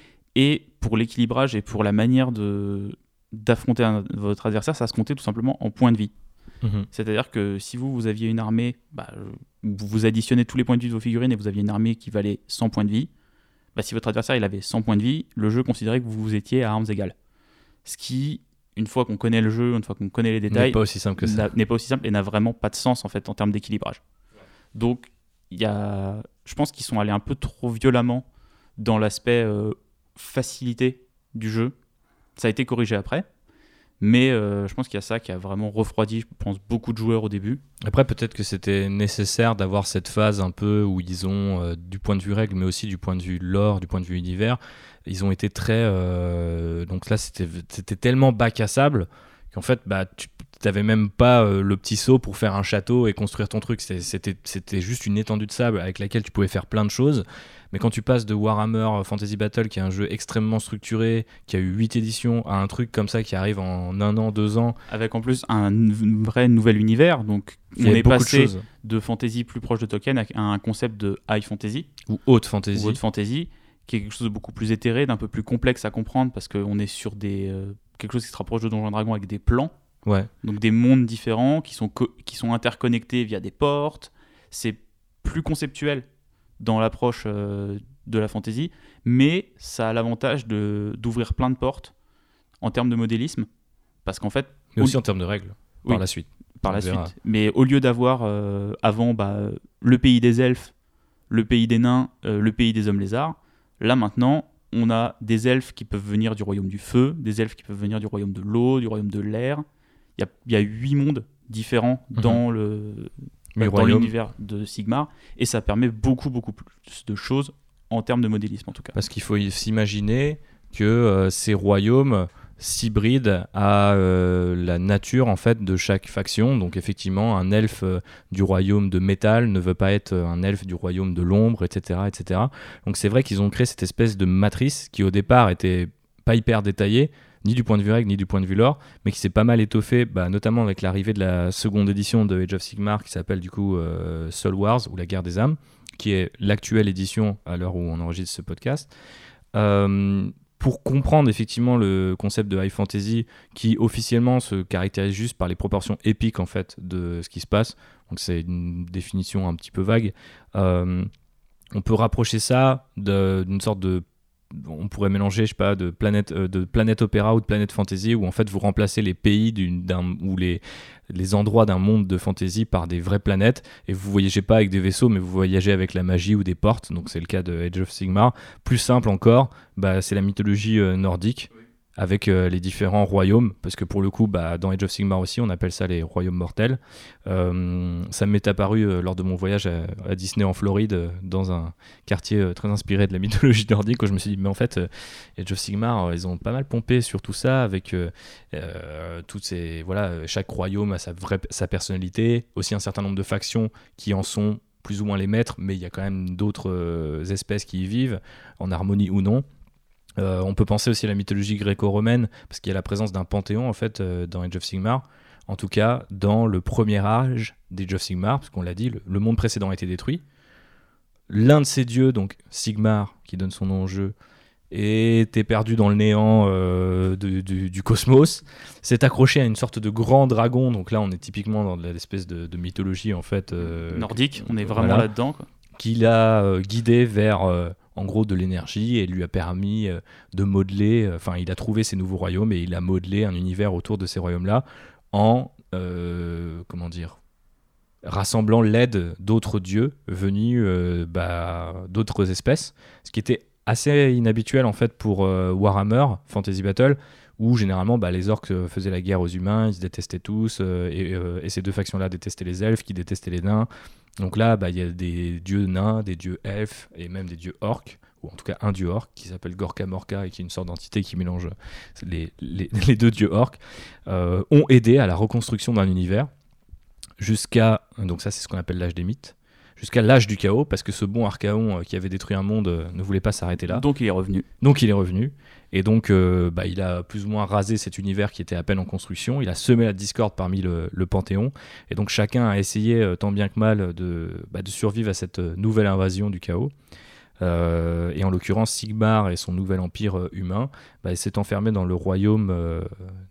Et pour l'équilibrage et pour la manière de, d'affronter un, votre adversaire, ça se comptait tout simplement en points de vie. Mmh. C'est-à-dire que si vous, vous aviez une armée, bah, vous, vous additionnez tous les points de vie de vos figurines et vous aviez une armée qui valait cent points de vie, bah, si votre adversaire il avait cent points de vie, le jeu considérait que vous étiez à armes égales. Ce qui... une fois qu'on connaît le jeu, une fois qu'on connaît les détails, n'est pas aussi simple que ça. N'est pas aussi simple et n'a vraiment pas de sens en fait en termes d'équilibrage. Donc, il y a, je pense qu'ils sont allés un peu trop violemment dans l'aspect euh, facilité du jeu. Ça a été corrigé après, mais euh, je pense qu'il y a ça qui a vraiment refroidi, je pense, beaucoup de joueurs au début. Après, peut-être que c'était nécessaire d'avoir cette phase un peu où ils ont, euh, du point de vue règle, mais aussi du point de vue lore, du point de vue univers, ils ont été très... Euh, donc là, c'était, c'était tellement bac à sable qu'en fait, bah, tu n'avais même pas euh, le petit seau pour faire un château et construire ton truc. C'était, c'était, c'était juste une étendue de sable avec laquelle tu pouvais faire plein de choses. Mais quand tu passes de Warhammer Fantasy Battle, qui est un jeu extrêmement structuré, qui a eu huit éditions, à un truc comme ça qui arrive en un an, deux ans... Avec en plus un n- vrai nouvel univers. Donc on est passé de, de fantasy plus proche de Tolkien à un concept de high fantasy. Ou haute fantasy. Ou haute fantasy. Qui est quelque chose de beaucoup plus éthéré, d'un peu plus complexe à comprendre parce qu'on est sur des, euh, quelque chose qui se rapproche de Donjons et Dragons avec des plans, ouais. Donc des mondes différents qui sont, co- qui sont interconnectés via des portes. C'est plus conceptuel dans l'approche euh, de la fantasy, mais ça a l'avantage de, d'ouvrir plein de portes en termes de modélisme, parce qu'en fait... Mais aussi au... en termes de règles, par oui, la suite. Par la verra. suite. Mais au lieu d'avoir euh, avant bah, le pays des elfes, le pays des nains, euh, le pays des hommes lézards, là, maintenant, on a des elfes qui peuvent venir du royaume du feu, des elfes qui peuvent venir du royaume de l'eau, du royaume de l'air. Il y a, il y a huit mondes différents mmh. dans, le, bah, dans l'univers de Sigmar, et ça permet beaucoup, beaucoup plus de choses en termes de modélisme, en tout cas. Parce qu'il faut s'imaginer que euh, ces royaumes s'hybrident à euh, la nature en fait de chaque faction. Donc effectivement, un elfe euh, du royaume de métal ne veut pas être un elfe du royaume de l'ombre, et cetera, et cetera. Donc c'est vrai qu'ils ont créé cette espèce de matrice qui au départ était pas hyper détaillée, ni du point de vue règle, ni du point de vue lore, mais qui s'est pas mal étoffée, bah, notamment avec l'arrivée de la seconde édition de Age of Sigmar qui s'appelle du coup euh, Soul Wars ou la guerre des âmes, qui est l'actuelle édition à l'heure où on enregistre ce podcast. Euh, pour comprendre effectivement le concept de high fantasy qui officiellement se caractérise juste par les proportions épiques en fait de ce qui se passe, donc c'est une définition un petit peu vague, euh, on peut rapprocher ça de, d'une sorte de, on pourrait mélanger je sais pas de planète euh, de planète opéra ou de planète fantasy où en fait vous remplacez les pays d'une, d'un, ou les les endroits d'un monde de fantasy par des vraies planètes et vous voyagez pas avec des vaisseaux mais vous voyagez avec la magie ou des portes, donc c'est le cas de Age of Sigmar. Plus simple encore, bah, c'est la mythologie euh, nordique avec euh, les différents royaumes, parce que pour le coup, bah, dans Age of Sigmar aussi, on appelle ça les royaumes mortels. Euh, ça m'est apparu euh, lors de mon voyage à, à Disney en Floride, euh, dans un quartier euh, très inspiré de la mythologie nordique, où je me suis dit, mais en fait, euh, Age of Sigmar, euh, ils ont pas mal pompé sur tout ça, avec euh, euh, toutes ces, voilà, chaque royaume a sa, vraie, sa personnalité, aussi un certain nombre de factions qui en sont plus ou moins les maîtres, mais il y a quand même d'autres euh, espèces qui y vivent, en harmonie ou non. Euh, on peut penser aussi à la mythologie gréco-romaine, parce qu'il y a la présence d'un panthéon en fait euh, dans Age of Sigmar. En tout cas, dans le premier âge d'Age of Sigmar, parce qu'on l'a dit, le, le monde précédent a été détruit. L'un de ces dieux, donc Sigmar, qui donne son nom au jeu, était perdu dans le néant euh, de, du, du cosmos, s'est accroché à une sorte de grand dragon. Donc là, on est typiquement dans l'espèce de, de mythologie en fait euh, nordique. On est vraiment voilà, là-dedans, quoi. Qui l'a euh, guidé vers euh, en gros de l'énergie et lui a permis euh, de modeler, enfin euh, il a trouvé ces nouveaux royaumes et il a modelé un univers autour de ces royaumes-là en, euh, comment dire, rassemblant l'aide d'autres dieux venus euh, bah, d'autres espèces, ce qui était assez inhabituel en fait pour euh, Warhammer Fantasy Battle, où généralement bah, les orques faisaient la guerre aux humains, ils se détestaient tous, euh, et, euh, et ces deux factions-là détestaient les elfes qui détestaient les nains. Donc là, bah, y a des dieux nains, des dieux elfes et même des dieux orques, ou en tout cas un dieu orc qui s'appelle Gorka Morka et qui est une sorte d'entité qui mélange les, les, les deux dieux orques, euh, ont aidé à la reconstruction d'un univers jusqu'à, donc ça c'est ce qu'on appelle l'âge des mythes, jusqu'à l'âge du chaos, parce que ce bon Archaon euh, qui avait détruit un monde euh, ne voulait pas s'arrêter là. Donc il est revenu. Donc il est revenu, et donc euh, bah, il a plus ou moins rasé cet univers qui était à peine en construction, il a semé la discorde parmi le, le Panthéon, et donc chacun a essayé euh, tant bien que mal de, bah, de survivre à cette nouvelle invasion du chaos. Euh, et en l'occurrence, Sigmar et son nouvel empire euh, humain bah, s'est enfermé dans le royaume euh,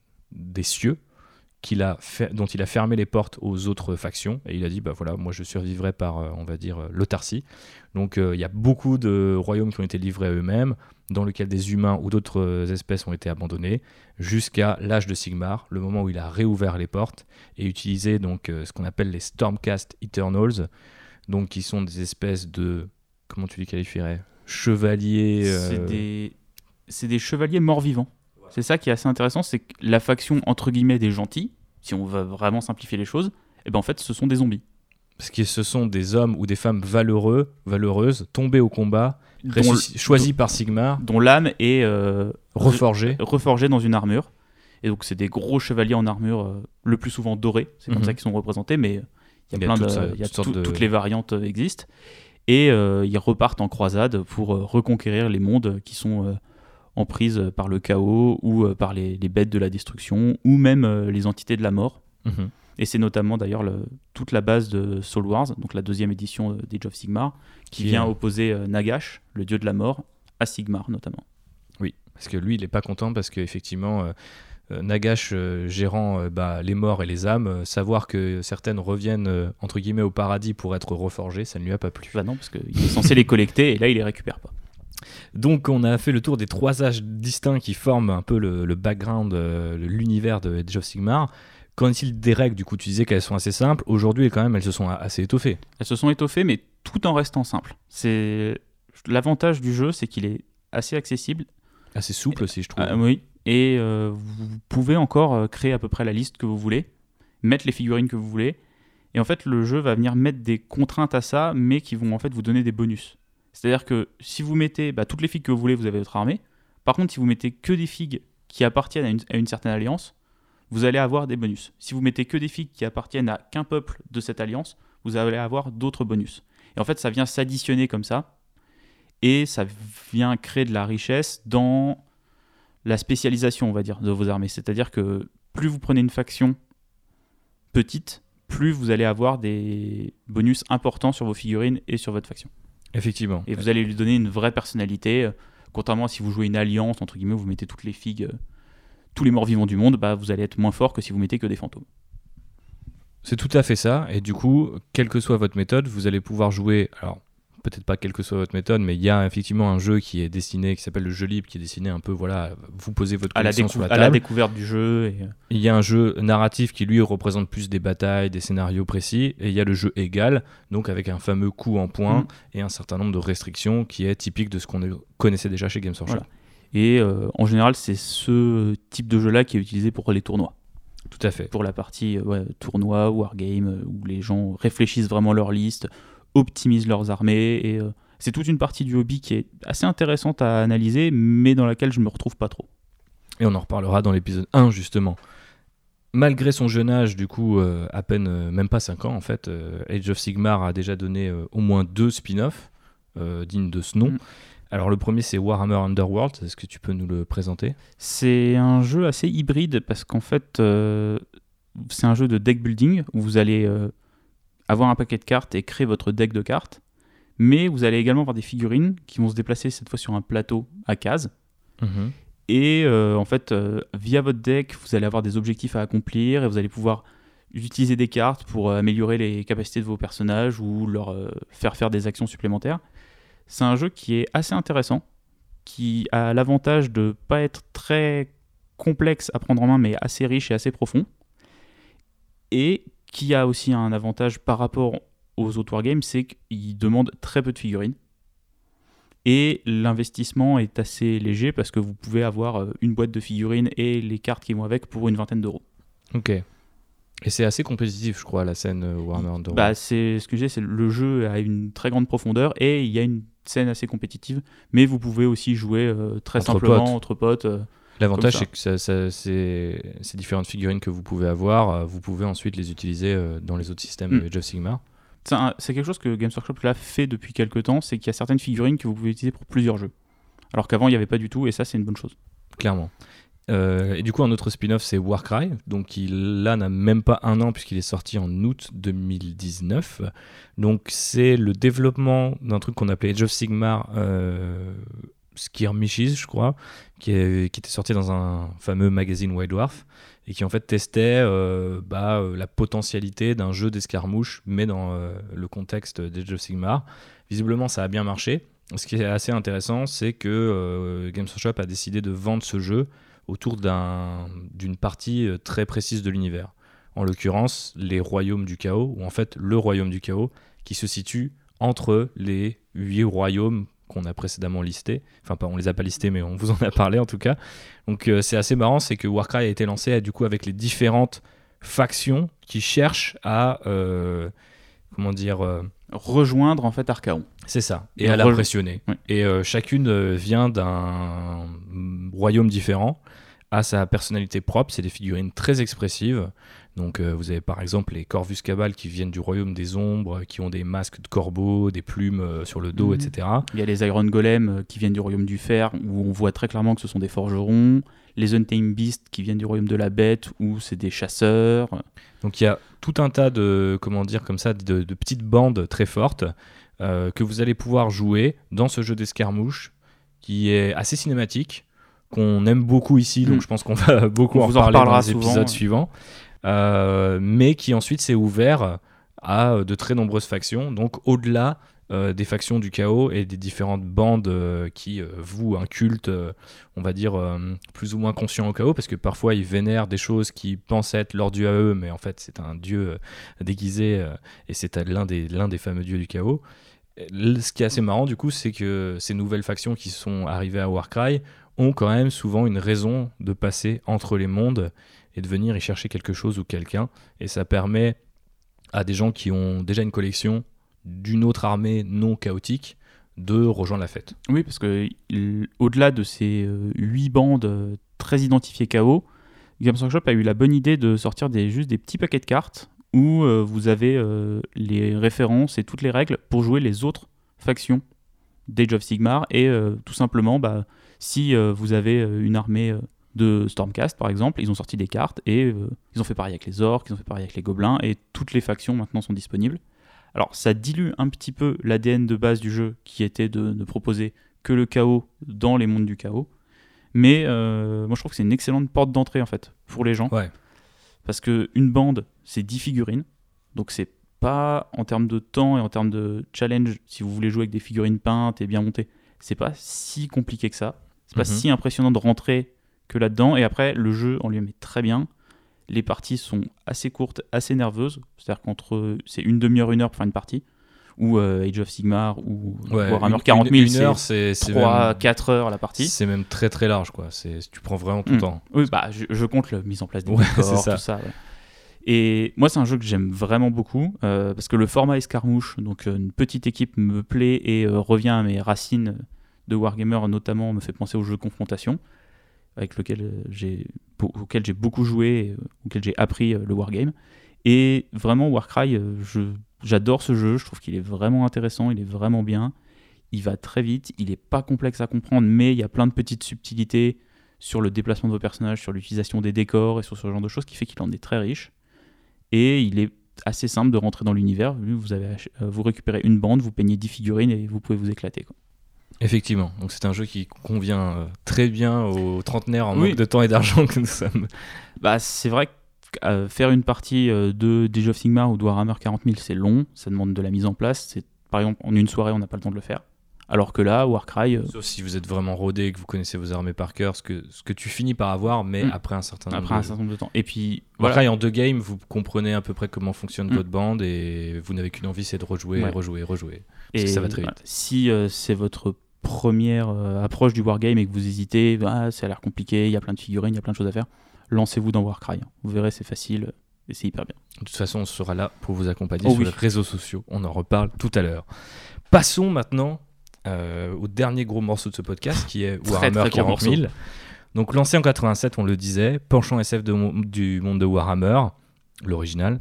des cieux, qu'il a fait, dont il a fermé les portes aux autres factions, et il a dit bah voilà, moi je survivrai par euh, on va dire euh, l'autarcie. Donc il euh, y a beaucoup de royaumes qui ont été livrés à eux-mêmes, dans lesquels des humains ou d'autres euh, espèces ont été abandonnés, jusqu'à l'âge de Sigmar, le moment où il a réouvert les portes et utilisé donc euh, ce qu'on appelle les Stormcast Eternals, donc qui sont des espèces de, comment tu les qualifierais, chevaliers. Euh... C'est des c'est des chevaliers morts-vivants. C'est ça qui est assez intéressant, c'est que la faction entre guillemets des gentils, si on va vraiment simplifier les choses, et ben en fait ce sont des zombies. Parce que ce sont des hommes ou des femmes valeureux, valeureuses, tombés au combat, ressusc- choisis dont, par Sigmar, dont l'âme est euh, reforgée. Re- reforgée dans une armure. Et donc c'est des gros chevaliers en armure, euh, le plus souvent dorés, c'est comme mm-hmm. ça qu'ils sont représentés, mais il y a plein de, ça, y a tout, de... toutes les variantes euh, existent. Et euh, ils repartent en croisade pour euh, reconquérir les mondes qui sont euh, en prise par le chaos ou euh, par les, les bêtes de la destruction ou même euh, les entités de la mort. Mm-hmm. Et c'est notamment d'ailleurs le, toute la base de Soul Wars, donc la deuxième édition d'Age of Sigmar, qui, qui vient est... opposer euh, Nagash, le dieu de la mort, à Sigmar notamment. Oui, parce que lui il n'est pas content parce qu'effectivement euh, euh, Nagash euh, gérant euh, bah, les morts et les âmes, euh, savoir que certaines reviennent euh, entre guillemets au paradis pour être reforgées, ça ne lui a pas plu. Bah non, parce qu'il est censé les collecter et là il les récupère pas. Donc on a fait le tour des trois âges distincts qui forment un peu le, le background, euh, l'univers de Age of Sigmar. Qu'en est-il des règles ? Du coup, tu disais qu'elles sont assez simples. Aujourd'hui, quand même, elles se sont assez étoffées. Elles se sont étoffées, mais tout en restant simples. C'est... L'avantage du jeu, c'est qu'il est assez accessible. Assez souple aussi, je trouve. Ah, oui, et euh, vous pouvez encore créer à peu près la liste que vous voulez, mettre les figurines que vous voulez, et en fait, le jeu va venir mettre des contraintes à ça, mais qui vont en fait vous donner des bonus. C'est-à-dire que si vous mettez bah, toutes les figues que vous voulez, vous avez votre armée. Par contre, si vous mettez que des figues qui appartiennent à une, à une certaine alliance, vous allez avoir des bonus. Si vous mettez que des figues qui appartiennent à qu'un peuple de cette alliance, vous allez avoir d'autres bonus. Et en fait, ça vient s'additionner comme ça, et ça vient créer de la richesse dans la spécialisation, on va dire, de vos armées. C'est-à-dire que plus vous prenez une faction petite, plus vous allez avoir des bonus importants sur vos figurines et sur votre faction. Effectivement. Et vous allez lui donner une vraie personnalité. Contrairement à si vous jouez une alliance, entre guillemets, vous mettez toutes les figues, euh, tous les morts vivants du monde, bah, vous allez être moins fort que si vous mettez que des fantômes. C'est tout à fait ça. Et du coup, quelle que soit votre méthode, vous allez pouvoir jouer... Alors, peut-être pas quelle que soit votre méthode, mais il y a effectivement un jeu qui est dessiné, qui s'appelle le jeu libre, qui est dessiné un peu, voilà, vous posez votre collection sur la table. À la découverte du jeu. Et... Il y a un jeu narratif qui, lui, représente plus des batailles, des scénarios précis, et il y a le jeu égal, donc avec un fameux coup en point, mmh. et un certain nombre de restrictions qui est typique de ce qu'on connaissait déjà chez Games Workshop. Voilà. Et euh, en général, c'est ce type de jeu-là qui est utilisé pour les tournois. Tout à fait. Pour la partie euh, ouais, tournoi, wargame, euh, où les gens réfléchissent vraiment leur liste, optimisent leurs armées. Et euh, c'est toute une partie du hobby qui est assez intéressante à analyser, mais dans laquelle je ne me retrouve pas trop. Et on en reparlera dans l'épisode un, justement. Malgré son jeune âge, du coup, euh, à peine, euh, même pas cinq ans, en fait, euh, Age of Sigmar a déjà donné euh, au moins deux spin-offs euh, dignes de ce nom. Mm. Alors le premier, c'est Warhammer Underworld. Est-ce que tu peux nous le présenter ? C'est un jeu assez hybride parce qu'en fait, euh, c'est un jeu de deck building où vous allez euh, avoir un paquet de cartes et créer votre deck de cartes, mais vous allez également avoir des figurines qui vont se déplacer cette fois sur un plateau à cases. Mmh. Et euh, en fait, euh, via votre deck, vous allez avoir des objectifs à accomplir et vous allez pouvoir utiliser des cartes pour euh, améliorer les capacités de vos personnages ou leur euh, faire faire des actions supplémentaires. C'est un jeu qui est assez intéressant, qui a l'avantage de ne pas être très complexe à prendre en main, mais assez riche et assez profond. Et qui a aussi un avantage par rapport aux autres wargames, c'est qu'il demande très peu de figurines. Et l'investissement est assez léger parce que vous pouvez avoir une boîte de figurines et les cartes qui vont avec pour une vingtaine d'euros. Ok. Et c'est assez compétitif, je crois, la scène Warhammer Underworld. Bah, c'est ce que je disais, c'est le jeu a une très grande profondeur et il y a une scène assez compétitive, mais vous pouvez aussi jouer euh, très entre simplement potes. entre potes. Euh, L'avantage, c'est que ça, ça, c'est, ces différentes figurines que vous pouvez avoir, euh, vous pouvez ensuite les utiliser euh, dans les autres systèmes mm. Age of Sigmar. C'est, un, c'est quelque chose que Games Workshop l'a fait depuis quelques temps, c'est qu'il y a certaines figurines que vous pouvez utiliser pour plusieurs jeux. Alors qu'avant, il n'y avait pas du tout, et ça, c'est une bonne chose. Clairement. Euh, et du coup, un autre spin-off, c'est Warcry, donc qui là n'a même pas un an puisqu'il est sorti en août deux mille dix-neuf. Donc c'est le développement d'un truc qu'on appelait Age of Sigmar euh, Skirmishes, je crois, qui, est, qui était sorti dans un fameux magazine White Dwarf et qui en fait testait euh, bah, la potentialité d'un jeu d'escarmouche, mais dans euh, le contexte d'Age of Sigmar. Visiblement, ça a bien marché. Ce qui est assez intéressant, c'est que euh, Games Workshop a décidé de vendre ce jeu autour d'un, d'une partie très précise de l'univers. En l'occurrence, les royaumes du chaos, ou en fait le royaume du chaos, qui se situe entre les huit royaumes qu'on a précédemment listés. Enfin, pas, on les a pas listés, mais on vous en a parlé en tout cas. Donc euh, c'est assez marrant, c'est que Warcry a été lancé du coup avec les différentes factions qui cherchent à... Euh, comment dire... Euh, rejoindre en fait Archaon. C'est ça, et, et à l'impressionner. Oui. Et euh, chacune euh, vient d'un royaume différent, a sa personnalité propre, c'est des figurines très expressives. Donc euh, vous avez par exemple les Corvus Cabal qui viennent du royaume des ombres, qui ont des masques de corbeaux, des plumes euh, sur le dos, mmh. et cetera. Il y a les Iron Golem euh, qui viennent du royaume du fer, où on voit très clairement que ce sont des forgerons. Les Untamed Beasts qui viennent du royaume de la bête, où c'est des chasseurs. Donc il y a tout un tas de, comment dire, comme ça, de, de petites bandes très fortes euh, que vous allez pouvoir jouer dans ce jeu d'escarmouche qui est assez cinématique, qu'on aime beaucoup ici, donc mmh. je pense qu'on va beaucoup on en reparler en dans les souvent, épisodes ouais. suivants, euh, mais qui ensuite s'est ouvert à de très nombreuses factions, donc au-delà euh, des factions du chaos et des différentes bandes euh, qui euh, vouent un culte, euh, on va dire, euh, plus ou moins conscient au chaos, parce que parfois ils vénèrent des choses qui pensent être leur dieu à eux, mais en fait c'est un dieu euh, déguisé, euh, et c'est l'un des, l'un des fameux dieux du chaos. Ce qui est assez marrant du coup, c'est que ces nouvelles factions qui sont arrivées à Warcry ont quand même souvent une raison de passer entre les mondes et de venir y chercher quelque chose ou quelqu'un, et ça permet à des gens qui ont déjà une collection d'une autre armée non chaotique de rejoindre la fête. Oui, parce que il, au-delà de ces euh, huit bandes euh, très identifiées chaos, Games Workshop a eu la bonne idée de sortir des, juste des petits paquets de cartes où euh, vous avez euh, les références et toutes les règles pour jouer les autres factions d'Age of Sigmar, et euh, tout simplement, bah, si euh, vous avez une armée euh, de Stormcast par exemple, ils ont sorti des cartes et euh, ils ont fait pareil avec les orques, ils ont fait pareil avec les gobelins, et toutes les factions maintenant sont disponibles. Alors ça dilue un petit peu l'A D N de base du jeu qui était de ne proposer que le chaos dans les mondes du chaos, mais euh, moi je trouve que c'est une excellente porte d'entrée en fait pour les gens, ouais. Parce qu'une bande c'est dix figurines, donc c'est pas en termes de temps et en termes de challenge, si vous voulez jouer avec des figurines peintes et bien montées, c'est pas si compliqué que ça, c'est pas mm-hmm. si impressionnant de rentrer que là-dedans, et après le jeu en lui-même est très bien. Les parties sont assez courtes, assez nerveuses, c'est-à-dire qu'entre c'est une demi-heure, une heure pour faire une partie. ou euh, Age of Sigmar ou Ouais, Warhammer une- quarante mille, une, une heure, c'est c'est trois même, quatre heures la partie. c'est même très très large, quoi. C'est, tu prends vraiment tout le Mm. temps. Oui, bah, je, je compte la mise en place des Ouais, décors, c'est ça. tout ça. Ouais. Et moi, c'est un jeu que j'aime vraiment beaucoup euh, parce que le format escarmouche, donc euh, une petite équipe me plaît et euh, revient à mes racines de Wargamer, notamment me fait penser au jeu de confrontation avec lequel euh, j'ai, pour- auquel j'ai beaucoup joué, et, euh, auquel j'ai appris euh, le wargame. Et vraiment, Warcry, euh, je, j'adore ce jeu, je trouve qu'il est vraiment intéressant, il est vraiment bien. Il va très vite, il n'est pas complexe à comprendre, mais il y a plein de petites subtilités sur le déplacement de vos personnages, sur l'utilisation des décors et sur ce genre de choses qui fait qu'il en est très riche. Et il est assez simple de rentrer dans l'univers. Vous, avez, ach- euh, vous récupérez une bande, vous peignez dix figurines et vous pouvez vous éclater, quoi. Effectivement, donc c'est un jeu qui convient euh, très bien aux trentenaires en Oui. manque de temps et d'argent que nous sommes. Bah, c'est vrai que euh, faire une partie euh, de Age of Sigmar ou de Warhammer quarante mille, c'est long, ça demande de la mise en place. C'est, par exemple, en une soirée, on n'a pas le temps de le faire. Alors que là, Warcry, euh, Sauf si vous êtes vraiment rodé et que vous connaissez vos armées par cœur, ce que, ce que tu finis par avoir, mais Mm. après un certain nombre après de un jeux. certain nombre de temps. Et puis, Warcry, voilà. en deux games, vous comprenez à peu près comment fonctionne Mm. votre bande et vous n'avez qu'une envie, c'est de rejouer, Ouais. rejouer, rejouer. Parce Et que ça va très voilà, vite. si euh, c'est votre première euh, approche du wargame et que vous hésitez, ah, ça a l'air compliqué, il y a plein de figurines, il y a plein de choses à faire, lancez-vous dans Warcry. Vous verrez, c'est facile et c'est hyper bien. De toute façon, on sera là pour vous accompagner Oh sur oui. les réseaux sociaux. On en reparle tout à l'heure. Passons maintenant euh, au dernier gros morceau de ce podcast qui est Très, Warhammer très gros quarante mille. Donc lancé en quatre-vingt-sept, on le disait, penchant S F de mon- du monde de Warhammer, l'original,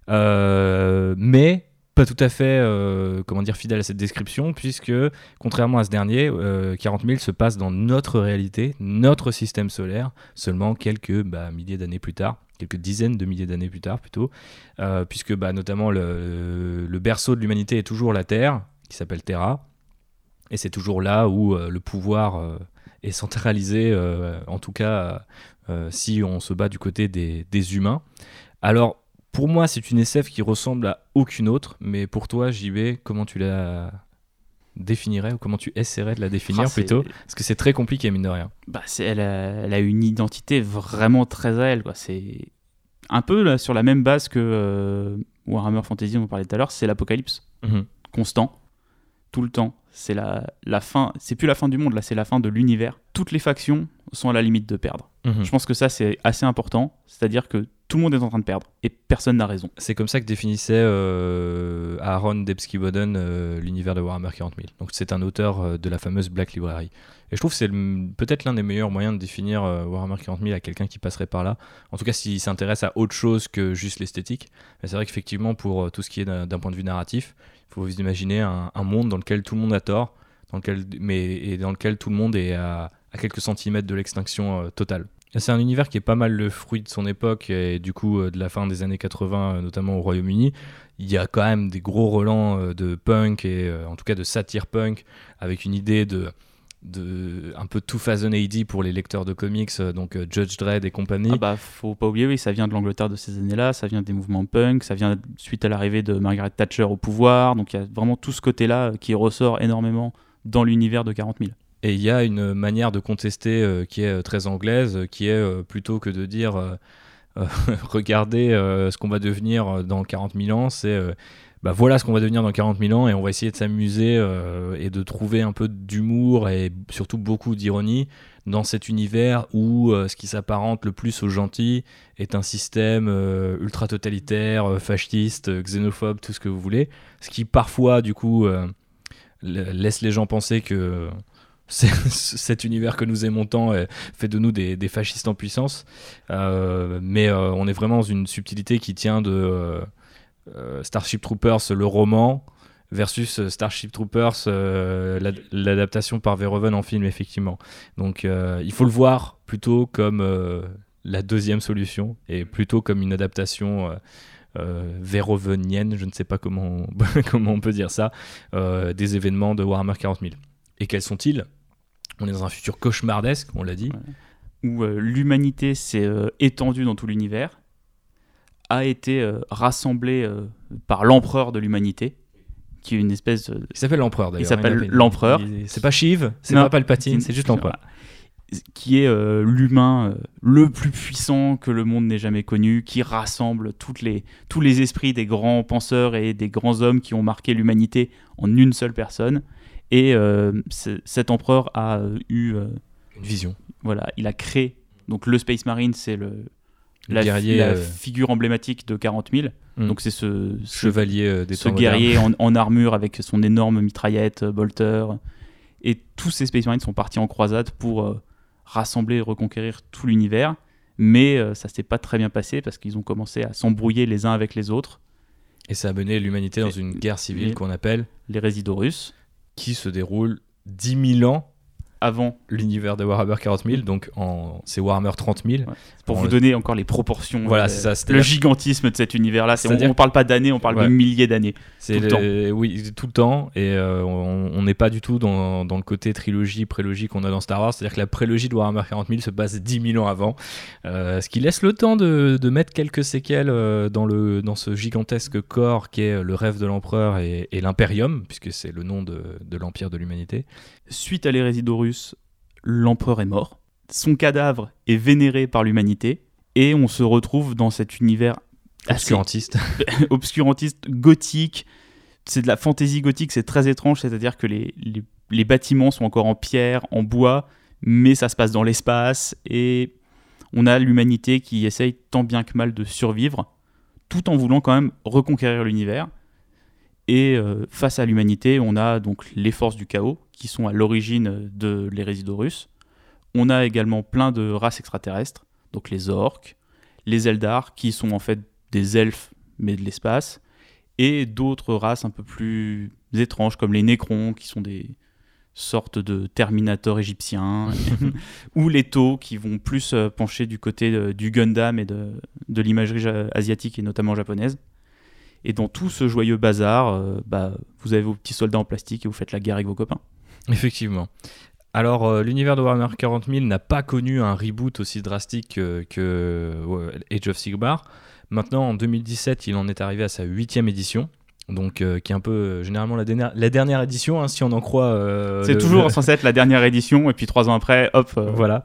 Euh, mais pas tout à fait euh, comment dire, fidèle à cette description, puisque contrairement à ce dernier, euh, quarante mille se passe dans notre réalité, notre système solaire, seulement quelques bah, milliers d'années plus tard, quelques dizaines de milliers d'années plus tard plutôt, euh, puisque bah, notamment le, le berceau de l'humanité est toujours la Terre, qui s'appelle Terra, et c'est toujours là où euh, le pouvoir euh, est centralisé, euh, en tout cas euh, si on se bat du côté des, des humains. Alors, pour moi, c'est une S F qui ressemble à aucune autre, mais pour toi, J B, comment tu la définirais ou comment tu essaierais de la définir Ah, c'est- plutôt? Parce que c'est très compliqué, mine de rien. Bah, c'est, elle, a, elle a une identité vraiment très à elle, quoi. C'est un peu là, sur la même base que euh, Warhammer Fantasy, dont on parlait tout à l'heure, c'est l'apocalypse Mhm. constant, tout le temps. C'est la, la fin, c'est plus la fin du monde, là, c'est la fin de l'univers. Toutes les factions sont à la limite de perdre. Mhm. Je pense que ça, c'est assez important, c'est-à-dire que tout le monde est en train de perdre et personne n'a raison. C'est comme ça que définissait euh, Aaron Debsky-Boden euh, l'univers de Warhammer quarante mille. Donc c'est un auteur euh, de la fameuse Black Library. Et je trouve que c'est le- peut-être l'un des meilleurs moyens de définir euh, Warhammer quarante mille à quelqu'un qui passerait par là. En tout cas, s'il s'intéresse à autre chose que juste l'esthétique. Mais c'est vrai qu'effectivement, pour euh, tout ce qui est d'un, d'un point de vue narratif, il faut vous imaginer un, un monde dans lequel tout le monde a tort, dans lequel, mais, et dans lequel tout le monde est à, à quelques centimètres de l'extinction euh, totale. Et c'est un univers qui est pas mal le fruit de son époque et du coup euh, de la fin des années quatre-vingts, euh, notamment au Royaume-Uni. Il y a quand même des gros relents euh, de punk et euh, en tout cas de satire punk avec une idée de, de un peu two thousand A D pour les lecteurs de comics, euh, donc euh, Judge Dredd et compagnie. Ah bah, faut pas oublier, oui, ça vient de l'Angleterre de ces années-là, ça vient des mouvements punk, ça vient suite à l'arrivée de Margaret Thatcher au pouvoir, donc il y a vraiment tout ce côté-là euh, qui ressort énormément dans l'univers de quarante mille. Et il y a une manière de contester euh, qui est euh, très anglaise, euh, qui est euh, plutôt que de dire euh, euh, regardez euh, ce qu'on va devenir euh, dans quarante mille ans, c'est euh, bah voilà ce qu'on va devenir dans quarante mille ans et on va essayer de s'amuser euh, et de trouver un peu d'humour et surtout beaucoup d'ironie dans cet univers où euh, ce qui s'apparente le plus au gentil est un système euh, ultra totalitaire, euh, fasciste, euh, xénophobe, tout ce que vous voulez, ce qui parfois du coup euh, laisse les gens penser que c'est, cet univers que nous aimons tant euh, fait de nous des, des fascistes en puissance, euh, mais euh, on est vraiment dans une subtilité qui tient de euh, euh, Starship Troopers, le roman, versus Starship Troopers, euh, l'ad- l'adaptation par Verhoeven en film, effectivement. Donc euh, il faut le voir plutôt comme euh, la deuxième solution, et plutôt comme une adaptation euh, euh, verhoevenienne, je ne sais pas comment on, comment on peut dire ça, euh, des événements de Warhammer quarante mille. Et quels sont-ils ? On est dans un futur cauchemardesque, on l'a dit. Ouais. Où euh, l'humanité s'est euh, étendue dans tout l'univers, a été euh, rassemblée euh, par l'empereur de l'humanité, qui est une espèce de... Il s'appelle l'empereur d'ailleurs. Il s'appelle Il a- l'empereur. il- C'est pas Shiv, c'est Non, pas Palpatine, c'est juste l'empereur. Voilà. qui est euh, l'humain euh, le plus puissant que le monde n'ait jamais connu, qui rassemble toutes les, tous les esprits des grands penseurs et des grands hommes qui ont marqué l'humanité en une seule personne. Et euh, cet empereur a euh, eu... Euh, une vision. Voilà, il a créé... Donc le Space Marine, c'est le, le la, guerrier, la euh... figure emblématique de quarante mille. Mm. Donc c'est ce, ce chevalier euh, des ce temps guerrier en, en armure avec son énorme mitraillette, euh, bolter. Et tous ces Space Marines sont partis en croisade pour euh, rassembler et reconquérir tout l'univers. Mais euh, ça s'est pas très bien passé parce qu'ils ont commencé à s'embrouiller les uns avec les autres. Et ça a mené l'humanité dans une guerre civile les, qu'on appelle les Résidorus, qui se déroule dix mille ans avant l'univers de Warhammer quarante mille, donc en... c'est Warhammer trente mille. Ouais. Pour on vous le... donner encore les proportions, voilà, euh, c'est ça, le gigantisme de cet univers-là. C'est, on ne parle pas d'années, on parle ouais. de milliers d'années. C'est tout le, le temps. Oui, tout le temps. Et euh, on n'est pas du tout dans, dans le côté trilogie, prélogie qu'on a dans Star Wars. C'est-à-dire que la prélogie de Warhammer quarante mille se passe dix mille ans avant. Euh, ce qui laisse le temps de, de mettre quelques séquelles euh, dans, le, dans ce gigantesque corps qui est le rêve de l'empereur et, et l'Imperium, puisque c'est le nom de, de l'empire de l'humanité. Suite à les Résidorus, l'empereur est mort, son cadavre est vénéré par l'humanité, et on se retrouve dans cet univers obscurantiste, assez... obscurantiste, gothique. C'est de la fantaisie gothique, c'est très étrange, c'est-à-dire que les, les, les bâtiments sont encore en pierre, en bois, mais ça se passe dans l'espace, et on a l'humanité qui essaye tant bien que mal de survivre, tout en voulant quand même reconquérir l'univers. Et euh, face à l'humanité, on a donc les forces du chaos, qui sont à l'origine de les Résidorus. On a également plein de races extraterrestres, donc les orques, les Eldar, qui sont en fait des elfes, mais de l'espace, et d'autres races un peu plus étranges, comme les Nécrons, qui sont des sortes de Terminators égyptiens, ou les Tau, qui vont plus pencher du côté de, du Gundam et de, de l'imagerie asiatique, et notamment japonaise. Et dans tout ce joyeux bazar, euh, bah, vous avez vos petits soldats en plastique et vous faites la guerre avec vos copains. Effectivement. Alors, euh, l'univers de Warhammer quarante mille n'a pas connu un reboot aussi drastique euh, que euh, Age of Sigmar. Maintenant, en deux mille dix-sept, il en est arrivé à sa huitième édition, donc euh, qui est un peu euh, généralement la dernière, la dernière édition, hein, si on en croit. Euh, C'est le, toujours le... censé être la dernière édition, et puis trois ans après, hop, euh, voilà.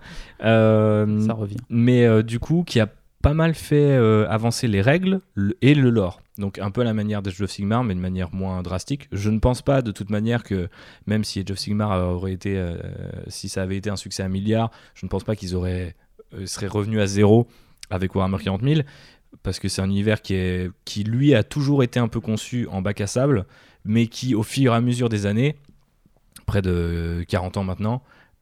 Euh, ça revient. Mais euh, du coup, qui a pas mal fait euh, avancer les règles le, et le lore. Donc un peu à la manière d'Age of Sigmar, mais de manière moins drastique. Je ne pense pas de toute manière que, même si Age of Sigmar aurait été, euh, si ça avait été un succès à milliard, je ne pense pas qu'ils auraient, euh, seraient revenus à zéro avec Warhammer quarante mille, parce que c'est un univers qui, est, qui, lui, a toujours été un peu conçu en bac à sable, mais qui, au fur et à mesure des années, près de quarante ans maintenant,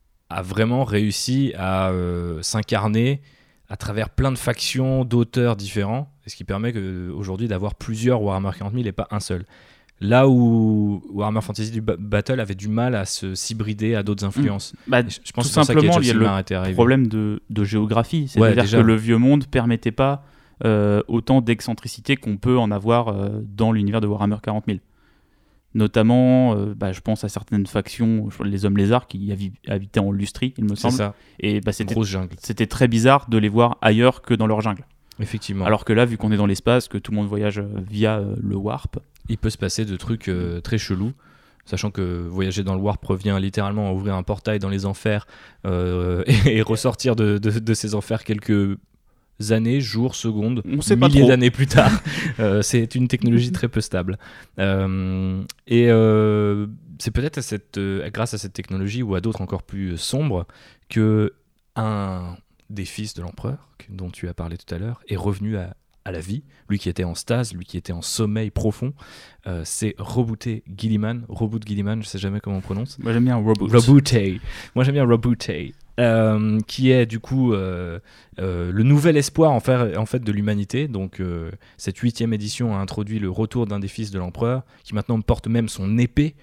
a vraiment réussi à euh, s'incarner à travers plein de factions, d'auteurs différents, ce qui permet que, aujourd'hui d'avoir plusieurs Warhammer quarante mille et pas un seul. Là où Warhammer Fantasy du Battle avait du mal à se s'hybrider à d'autres influences. Mmh. Bah, je pense tout simplement, il y a le arrivé. problème de, de géographie. C'est-à-dire ouais, que le vieux monde ne permettait pas euh, autant d'excentricité qu'on peut en avoir euh, dans l'univers de Warhammer quarante mille. Notamment, euh, bah, je pense à certaines factions, les hommes lézards qui habitaient en Lustrie, il me semble. C'est ça. Et bah, c'était, grosse jungle. C'était très bizarre de les voir ailleurs que dans leur jungle. Effectivement. Alors que là, vu qu'on est dans l'espace, que tout le monde voyage via euh, le warp, il peut se passer de trucs euh, très chelous. Sachant que voyager dans le warp revient littéralement à ouvrir un portail dans les enfers euh, et, et ressortir de, de, de ces enfers quelques années, jours, secondes, milliers d'années plus tard. euh, c'est une technologie très peu stable. Euh, et euh, c'est peut-être à cette, euh, grâce à cette technologie ou à d'autres encore plus sombres que un des fils de l'empereur, dont tu as parlé tout à l'heure, est revenu à, à la vie. Lui qui était en stase, lui qui était en sommeil profond, euh, c'est Roboute Guilliman. Roboute Guilliman, je ne sais jamais comment on prononce. Moi j'aime bien Roboute. Roboute. Moi j'aime bien Roboute. Euh, qui est du coup euh, euh, le nouvel espoir en fait, en fait de l'humanité. Donc euh, cette huitième édition a introduit le retour d'un des fils de l'empereur, qui maintenant porte même son épée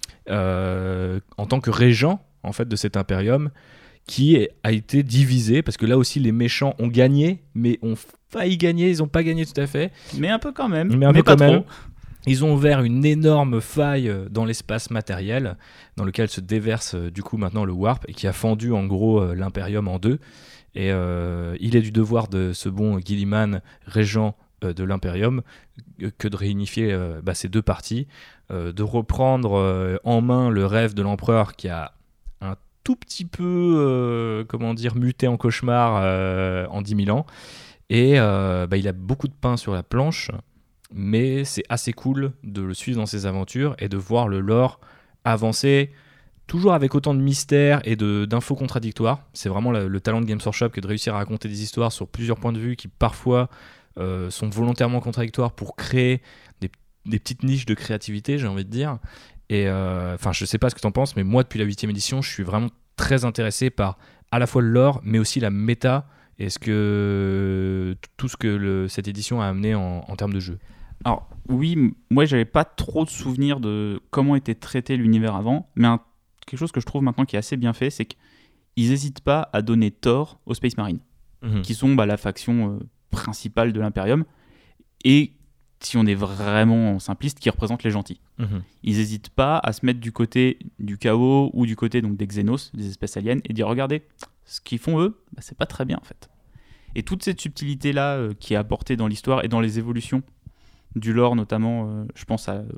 euh, en tant que régent en fait de cet impérium, qui est, a été divisé, parce que là aussi les méchants ont gagné, mais ont failli gagner, ils n'ont pas gagné tout à fait. Mais un peu quand même, mais, un mais peu pas quand trop. Même. Ils ont ouvert une énorme faille dans l'espace matériel, dans lequel se déverse du coup maintenant le warp, et qui a fendu en gros euh, l'impérium en deux. Et euh, il est du devoir de ce bon Guilliman, régent euh, de l'impérium, que de réunifier euh, bah, ces deux parties, euh, de reprendre euh, en main le rêve de l'empereur, qui a un tout petit peu, euh, comment dire, muté en cauchemar euh, en dix mille ans. Et euh, bah, il a beaucoup de pain sur la planche, mais c'est assez cool de le suivre dans ses aventures et de voir le lore avancer, toujours avec autant de mystères et de, d'infos contradictoires. C'est vraiment le, le talent de Games Workshop que de réussir à raconter des histoires sur plusieurs points de vue qui parfois euh, sont volontairement contradictoires pour créer des, des petites niches de créativité, j'ai envie de dire. Et enfin, euh, je sais pas ce que t'en penses, mais moi, depuis la huitième édition, je suis vraiment très intéressé par à la fois le lore, mais aussi la méta. Est-ce que tout ce que le, cette édition a amené en, en termes de jeu? Alors oui, m- moi j'avais pas trop de souvenirs de comment était traité l'univers avant, mais un- quelque chose que je trouve maintenant qui est assez bien fait, c'est qu'ils n'hésitent pas à donner tort aux Space Marines, Mhm. qui sont bah, la faction euh, principale de l'Imperium, et si on est vraiment simpliste, qui représentent les gentils. Mhm. Ils n'hésitent pas à se mettre du côté du chaos ou du côté donc, des Xénos, des espèces aliens, et dire regardez, ce qu'ils font eux, bah, c'est pas très bien en fait. Et toute cette subtilité-là euh, qui est apportée dans l'histoire et dans les évolutions du lore, notamment, euh, je pense à,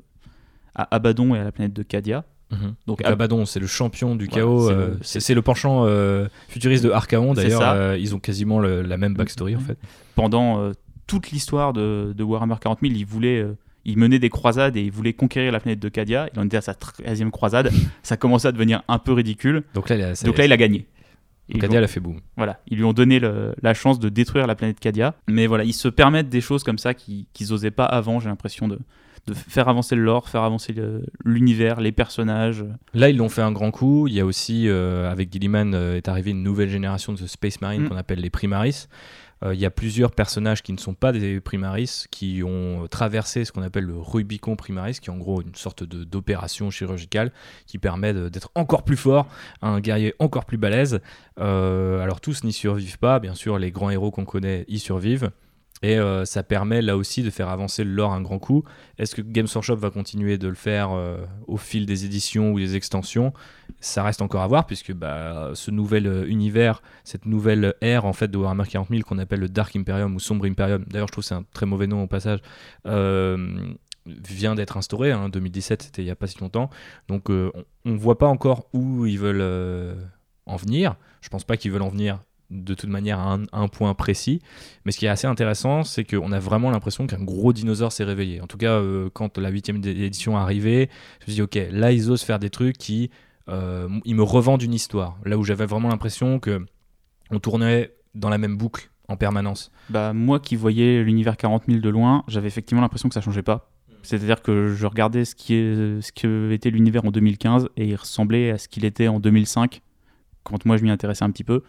à Abaddon et à la planète de Cadia. Mhm. Donc, Donc Ab- Abaddon, c'est le champion du Voilà, chaos. c'est euh, le- c'est, c'est le penchant euh, futuriste de Archaon. C'est D'ailleurs, ça. euh, ils ont quasiment le- la même backstory en fait. Pendant euh, toute l'histoire de, de Warhammer quarante mille, il voulait, euh, il menait des croisades et il voulait conquérir la planète de Cadia. Il en était à sa treizième croisade. Ça commençait à devenir un peu ridicule. Donc là, il a, ça- Donc là, il a gagné. Et ils Cadia, lui ont- elle a fait boum. Voilà, ils lui ont donné le- la chance de détruire la planète Cadia. Mais voilà, ils se permettent des choses comme ça qui- qu'ils n'osaient pas avant, j'ai l'impression, de, de faire avancer le lore, faire avancer le- l'univers, les personnages. Là, ils l'ont fait un grand coup. Il y a aussi, euh, avec Gilliman, euh, est arrivée une nouvelle génération de Space Marine Mm. qu'on appelle les Primaris. Euh, il y a plusieurs personnages qui ne sont pas des Primaris, qui ont traversé ce qu'on appelle le Rubicon Primaris, qui est en gros une sorte de, d'opération chirurgicale qui permet de- d'être encore plus fort, un guerrier encore plus balèze. Euh, alors tous n'y survivent pas, bien sûr, les grands héros qu'on connaît y survivent. Et euh, ça permet là aussi de faire avancer le lore un grand coup. Est-ce que Games Workshop va continuer de le faire euh, au fil des éditions ou des extensions? Ça reste encore à voir, puisque bah, ce nouvel euh, univers, cette nouvelle ère en fait de Warhammer quarante mille qu'on appelle le Dark Imperium ou Sombre Imperium, d'ailleurs je trouve que c'est un très mauvais nom au passage, euh, vient d'être instauré. Hein, deux mille dix-sept, c'était il n'y a pas si longtemps. Donc euh, on ne voit pas encore où ils veulent euh, en venir. Je pense pas qu'ils veulent en venir de toute manière à un, à un point précis. Mais ce qui est assez intéressant, c'est qu'on a vraiment l'impression qu'un gros dinosaure s'est réveillé. En tout cas, euh, quand la huitième édition est arrivée, je me suis dit, ok, là, ils osent faire des trucs qui... Euh, ils me revendent une histoire. Là où j'avais vraiment l'impression qu'on tournait dans la même boucle en permanence. Bah, moi qui voyais l'univers quarante mille de loin, j'avais effectivement l'impression que ça changeait pas. C'est-à-dire que je regardais ce qui est, ce que était l'univers en deux mille quinze et il ressemblait à ce qu'il était en deux mille cinq, quand moi je m'y intéressais un petit peu.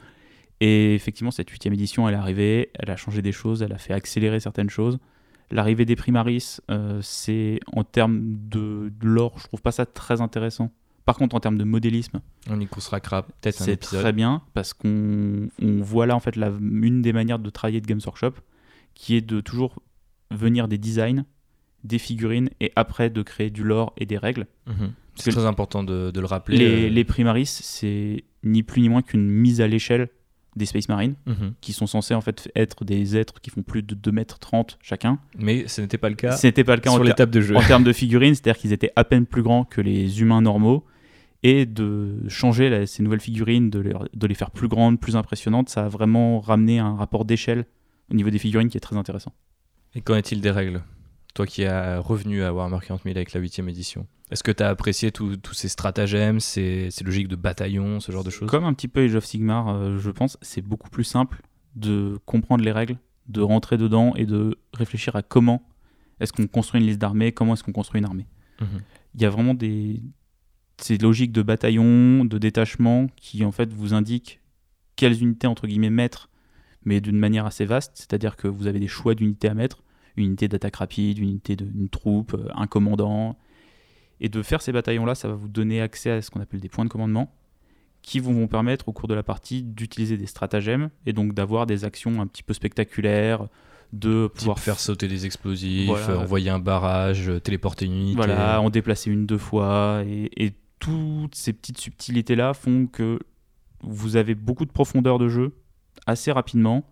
Et effectivement, cette huitième édition, elle est arrivée, elle a changé des choses, elle a fait accélérer certaines choses. L'arrivée des Primaris, euh, c'est en termes de, de lore, je trouve pas ça très intéressant. Par contre, en termes de modélisme, On y consacrera peut-être un c'est épisode. très bien parce qu'on on voit là en fait la, une des manières de travailler de Games Workshop, qui est de toujours venir des designs, des figurines et après de créer du lore et des règles. Mhm. C'est que très important de, de le rappeler. Les, euh, les Primaris, c'est ni plus ni moins qu'une mise à l'échelle des Space Marines, mhm. qui sont censés en fait être des êtres qui font plus de deux mètres trente chacun. Mais ce n'était pas le cas Ce n'était pas le cas en, sur ter- l'étape de jeu. en termes de figurines, c'est-à-dire qu'ils étaient à peine plus grands que les humains normaux, et de changer la- ces nouvelles figurines, de les, de les faire plus grandes, plus impressionnantes, ça a vraiment ramené un rapport d'échelle au niveau des figurines qui est très intéressant. Et qu'en est-il des règles? Toi qui as revenu à Warhammer quarante mille avec la huitième édition, est-ce que tu as apprécié tous tous ces stratagèmes, ces, ces logiques de bataillon, ce genre de choses? Comme un petit peu Age of Sigmar, euh, je pense, c'est beaucoup plus simple de comprendre les règles, de rentrer dedans et de réfléchir à comment est-ce qu'on construit une liste d'armées, comment est-ce qu'on construit une armée. Mhm. Il y a vraiment des ces logiques de bataillon, de détachement qui en fait vous indiquent quelles unités entre guillemets mettre, mais d'une manière assez vaste, c'est-à-dire que vous avez des choix d'unités à mettre, une unité d'attaque rapide, une unité d'une troupe, euh, un commandant, et de faire ces bataillons-là, ça va vous donner accès à ce qu'on appelle des points de commandement, qui vont vous permettre au cours de la partie d'utiliser des stratagèmes, et donc d'avoir des actions un petit peu spectaculaires, de Type pouvoir faire sauter des explosifs, Voilà. euh, envoyer un barrage, euh, téléporter une unité. Voilà, en déplacer une deux fois, et, et toutes ces petites subtilités-là font que vous avez beaucoup de profondeur de jeu assez rapidement.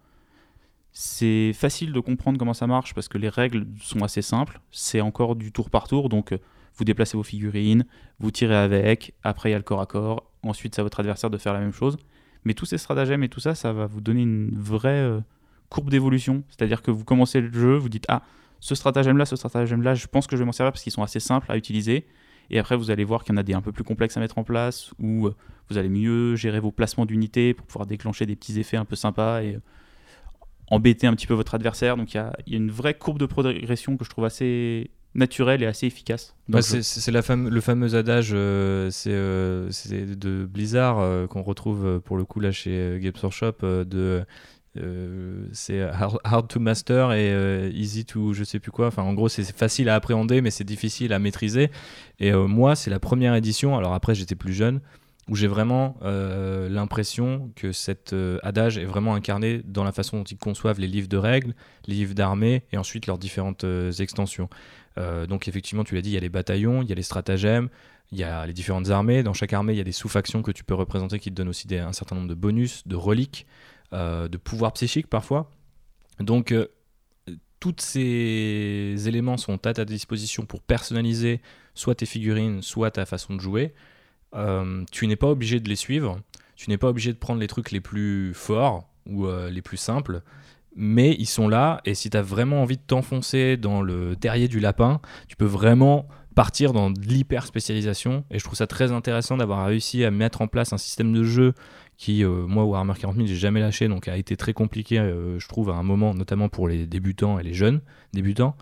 C'est facile de comprendre comment ça marche parce que les règles sont assez simples. C'est encore du tour par tour, donc euh, vous déplacez vos figurines, vous tirez avec, après il y a le corps à corps, ensuite c'est à votre adversaire de faire la même chose. Mais tous ces stratagèmes et tout ça, ça va vous donner une vraie euh, courbe d'évolution. C'est-à-dire que vous commencez le jeu, vous dites « Ah, ce stratagème-là, ce stratagème-là, je pense que je vais m'en servir parce qu'ils sont assez simples à utiliser. » Et après, vous allez voir qu'il y en a des un peu plus complexes à mettre en place, ou euh, vous allez mieux gérer vos placements d'unités pour pouvoir déclencher des petits effets un peu sympas et euh, embêter un petit peu votre adversaire. Donc il y a, y a une vraie courbe de progression que je trouve assez naturelle et assez efficace. Ouais, c'est, c'est la fame, le fameux adage euh, c'est, euh, c'est de Blizzard euh, qu'on retrouve euh, pour le coup là chez euh, Games Workshop euh, de euh, c'est hard, hard to master et euh, easy to je sais plus quoi, enfin en gros c'est, c'est facile à appréhender mais c'est difficile à maîtriser. Et euh, moi c'est la première édition, alors après j'étais plus jeune, où j'ai vraiment euh, l'impression que cet euh, adage est vraiment incarné dans la façon dont ils conçoivent les livres de règles, les livres d'armée et ensuite leurs différentes euh, extensions. Euh, donc effectivement, tu l'as dit, il y a les bataillons, il y a les stratagèmes, il y a les différentes armées. Dans chaque armée, il y a des sous-factions que tu peux représenter qui te donnent aussi des, un certain nombre de bonus, de reliques, euh, de pouvoirs psychiques parfois. Donc euh, tous ces éléments sont à ta disposition pour personnaliser soit tes figurines, soit ta façon de jouer. Euh, tu n'es pas obligé de les suivre, tu n'es pas obligé de prendre les trucs les plus forts ou euh, les plus simples, mais ils sont là, et si tu as vraiment envie de t'enfoncer dans le terrier du lapin, tu peux vraiment partir dans de l'hyper spécialisation. Et je trouve ça très intéressant d'avoir réussi à mettre en place un système de jeu qui, euh, moi, Warhammer quarante mille, j'ai jamais lâché, donc a été très compliqué, euh, je trouve, à un moment, notamment pour les débutants et les jeunes débutants.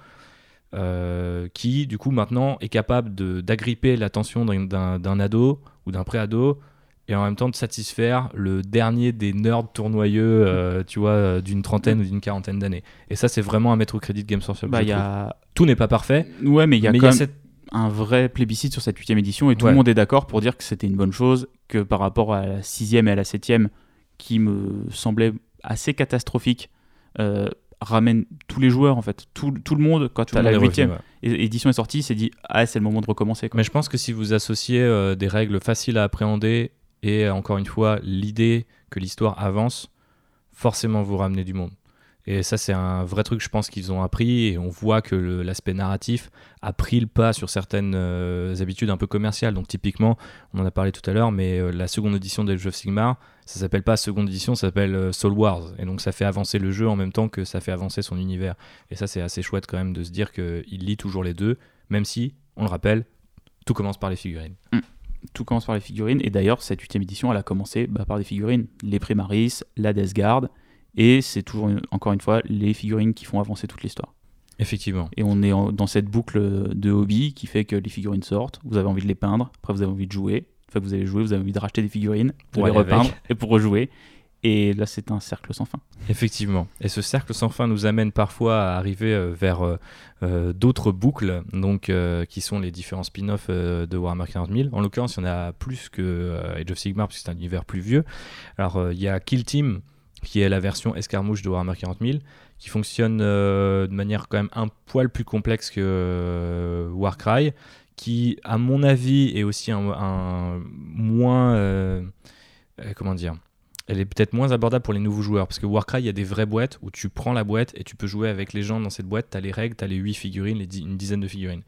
Euh, qui du coup maintenant est capable de, d'agripper l'attention d'un, d'un, d'un ado ou d'un pré-ado et en même temps de satisfaire le dernier des nerds tournoyeux euh, tu vois, d'une trentaine ou d'une quarantaine d'années. Et ça c'est vraiment à mettre au crédit de Games Workshop. Bah, y a... Tout n'est pas parfait, ouais, mais il y a mais quand y a même cette... un vrai plébiscite sur cette huitième édition et tout ouais. le monde est d'accord pour dire que c'était une bonne chose, que par rapport à la sixième et à la septième qui me semblaient assez catastrophiques, euh, ramène tous les joueurs en fait, tout, tout le monde quand tout la huitième ouais. édition est sortie s'est dit ah c'est le moment de recommencer quoi. Mais je pense que si vous associez euh, des règles faciles à appréhender et encore une fois l'idée que l'histoire avance, forcément vous ramenez du monde. Et ça c'est un vrai truc je pense qu'ils ont appris, et on voit que le, l'aspect narratif a pris le pas sur certaines euh, habitudes un peu commerciales. Donc typiquement, on en a parlé tout à l'heure, mais euh, la seconde édition d'Age of Sigmar, ça s'appelle pas seconde édition, ça s'appelle euh, Soul Wars. Et donc ça fait avancer le jeu en même temps que ça fait avancer son univers. Et ça c'est assez chouette quand même de se dire qu'il lie toujours les deux, même si, on le rappelle, tout commence par les figurines. Mmh. Tout commence par les figurines, et d'ailleurs cette huitième édition elle a commencé bah, par des figurines, les Primaris, la Death Guard, et c'est toujours, encore une fois, les figurines qui font avancer toute l'histoire. Effectivement. Et on est en, dans cette boucle de hobby qui fait que les figurines sortent, vous avez envie de les peindre, après vous avez envie de jouer, une fois que vous avez joué, vous avez envie de racheter des figurines pour les repeindre avec. Et pour rejouer. Et là, c'est un cercle sans fin. Effectivement. Et ce cercle sans fin nous amène parfois à arriver euh, vers euh, euh, d'autres boucles, donc, euh, qui sont les différents spin-offs euh, de Warhammer quarante mille. En l'occurrence, il y en a plus que euh, Age of Sigmar, parce que c'est un univers plus vieux. Alors, il euh, y a Kill Team, qui est la version escarmouche de Warhammer quarante mille, qui fonctionne euh, de manière quand même un poil plus complexe que euh, Warcry, qui, à mon avis, est aussi un, un moins... Euh, euh, comment dire ? Elle est peut-être moins abordable pour les nouveaux joueurs, parce que Warcry, il y a des vraies boîtes où tu prends la boîte et tu peux jouer avec les gens dans cette boîte, tu as les règles, tu as les huit figurines, les dix, une dizaine de figurines.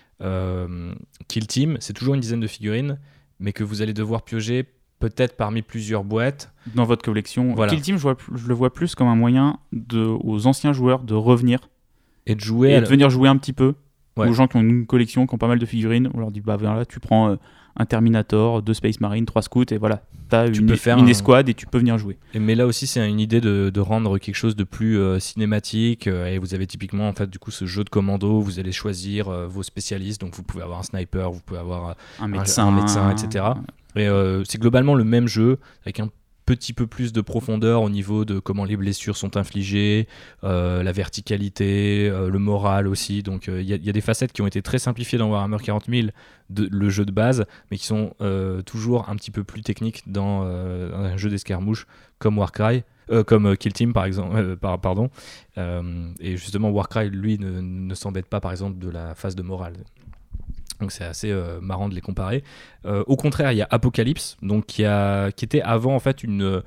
Euh, Kill Team, c'est toujours une dizaine de figurines, mais que vous allez devoir piocher peut-être parmi plusieurs boîtes. Dans votre collection. Voilà. Kill Team, je, vois, je le vois plus comme un moyen de, aux anciens joueurs de revenir et de jouer et à de venir jouer un petit peu. Ouais. Aux gens qui ont une collection, qui ont pas mal de figurines, on leur dit bah viens là, tu prends euh, un Terminator, deux Space Marine, trois Scouts, et voilà, t'as tu une, peux faire une un... escouade et tu peux venir jouer. Et mais là aussi, c'est une idée de, de rendre quelque chose de plus euh, cinématique. Euh, et vous avez typiquement en fait du coup ce jeu de commando. Vous allez choisir euh, vos spécialistes. Donc vous pouvez avoir un sniper, vous pouvez avoir euh, un médecin, un, un médecin, et cetera. Et euh, c'est globalement le même jeu avec un petit peu plus de profondeur au niveau de comment les blessures sont infligées, euh, la verticalité, euh, le moral aussi. Donc il euh, y, y a des facettes qui ont été très simplifiées dans Warhammer quarante mille, de, le jeu de base, mais qui sont euh, toujours un petit peu plus techniques dans euh, un jeu d'escarmouche comme Warcry, euh, comme euh, Kill Team par exemple. Euh, par, pardon. Euh, et justement Warcry, lui, ne, ne s'embête pas par exemple de la phase de morale. Donc c'est assez euh, marrant de les comparer. Euh, au contraire, il y a Apocalypse, donc qui, a, qui était avant en fait une,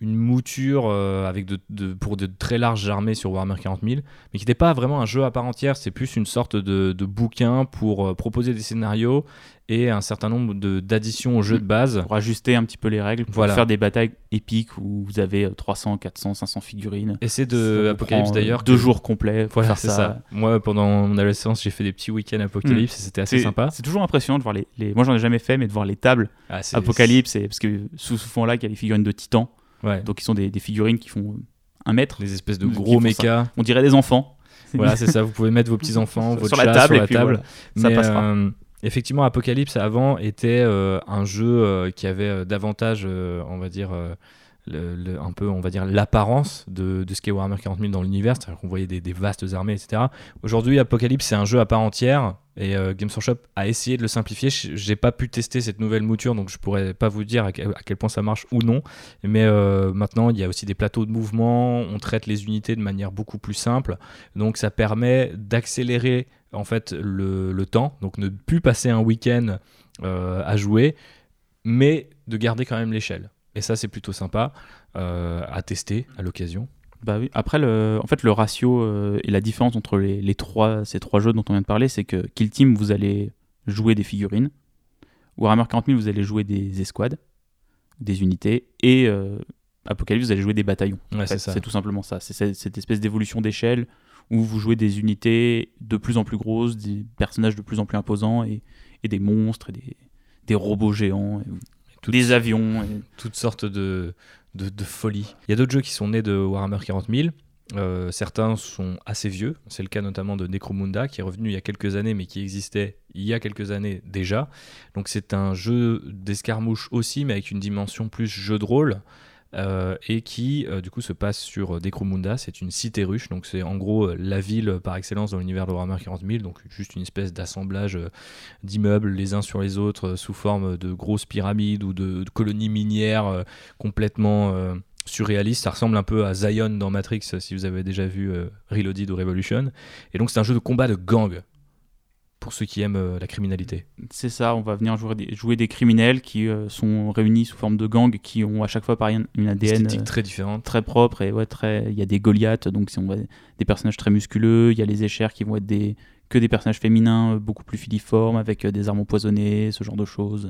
une mouture euh, avec de, de, pour de très larges armées sur Warhammer quarante mille, mais qui n'était pas vraiment un jeu à part entière, c'est plus une sorte de, de bouquin pour euh, proposer des scénarios et un certain nombre de, d'additions au jeu de base. Pour ajuster un petit peu les règles, pour voilà. faire des batailles épiques où vous avez trois cents, quatre cents, cinq cents figurines. Et c'est de Apocalypse d'ailleurs. Deux que... jours complets. Voilà, faire c'est ça. ça. Moi, pendant mon adolescence, j'ai fait des petits week-ends Apocalypse mmh. et c'était assez c'est, sympa. C'est toujours impressionnant de voir les. les... Moi, j'en ai jamais fait, mais de voir les tables ah, c'est... Apocalypse, et... parce que sous ce fond-là, il y a les figurines de Titan. Ouais. Donc, ils sont des, des figurines qui font un mètre. Des espèces de gros mechas. On dirait des enfants. Voilà, c'est ça. Vous pouvez mettre vos petits-enfants, votre sur chat la table, sur la et puis table. Voilà, ça mais, passera. Euh, effectivement, Apocalypse avant était euh, un jeu euh, qui avait euh, davantage, euh, on va dire, euh, le, le, un peu, on va dire, l'apparence de, de ce qu'est Warhammer quarante mille dans l'univers, c'est-à-dire qu'on voyait des, des vastes armées, et cetera. Aujourd'hui, Apocalypse, c'est un jeu à part entière, et euh, Games Workshop a essayé de le simplifier. J'ai pas pu tester cette nouvelle mouture, donc je pourrais pas vous dire à quel, à quel point ça marche ou non, mais euh, maintenant, il y a aussi des plateaux de mouvement, on traite les unités de manière beaucoup plus simple, donc ça permet d'accélérer en fait le, le temps, donc ne plus passer un week-end euh, à jouer, mais de garder quand même l'échelle. Et ça, c'est plutôt sympa euh, à tester à l'occasion. Bah oui. Après, le, en fait, le ratio euh, et la différence entre les, les trois, ces trois jeux dont on vient de parler, c'est que Kill Team, vous allez jouer des figurines. Warhammer quarante mille, vous allez jouer des escouades, des unités. Et euh, Apocalypse, vous allez jouer des bataillons. Ouais, en fait, c'est ça. C'est tout simplement ça. C'est cette, cette espèce d'évolution d'échelle où vous jouez des unités de plus en plus grosses, des personnages de plus en plus imposants, et, et des monstres, et des, des robots géants, et, toutes, des avions. Et... Toutes sortes de, de, de folies. Il y a d'autres jeux qui sont nés de Warhammer quarante mille. Euh, certains sont assez vieux. C'est le cas notamment de Necromunda, qui est revenu il y a quelques années, mais qui existait il y a quelques années déjà. Donc c'est un jeu d'escarmouche aussi, mais avec une dimension plus jeu de rôle. Euh, et qui euh, du coup se passe sur euh, Necromunda. C'est une cité ruche, donc c'est en gros euh, la ville euh, par excellence dans l'univers de Warhammer quarante mille, donc juste une espèce d'assemblage euh, d'immeubles les uns sur les autres euh, sous forme de grosses pyramides ou de, de colonies minières euh, complètement euh, surréalistes. Ça ressemble un peu à Zion dans Matrix, si vous avez déjà vu euh, Reloaded ou Revolution. Et donc c'est un jeu de combat de gang pour ceux qui aiment euh, la criminalité. C'est ça, on va venir jouer des, jouer des criminels qui euh, sont réunis sous forme de gang, qui ont à chaque fois pareil une A D N esthétique euh, très différente, très propre, et ouais, très. Il y a des Goliaths, donc si on va des personnages très musculeux. Il y a les Échers qui vont être des que des personnages féminins euh, beaucoup plus filiformes avec euh, des armes empoisonnées, ce genre de choses.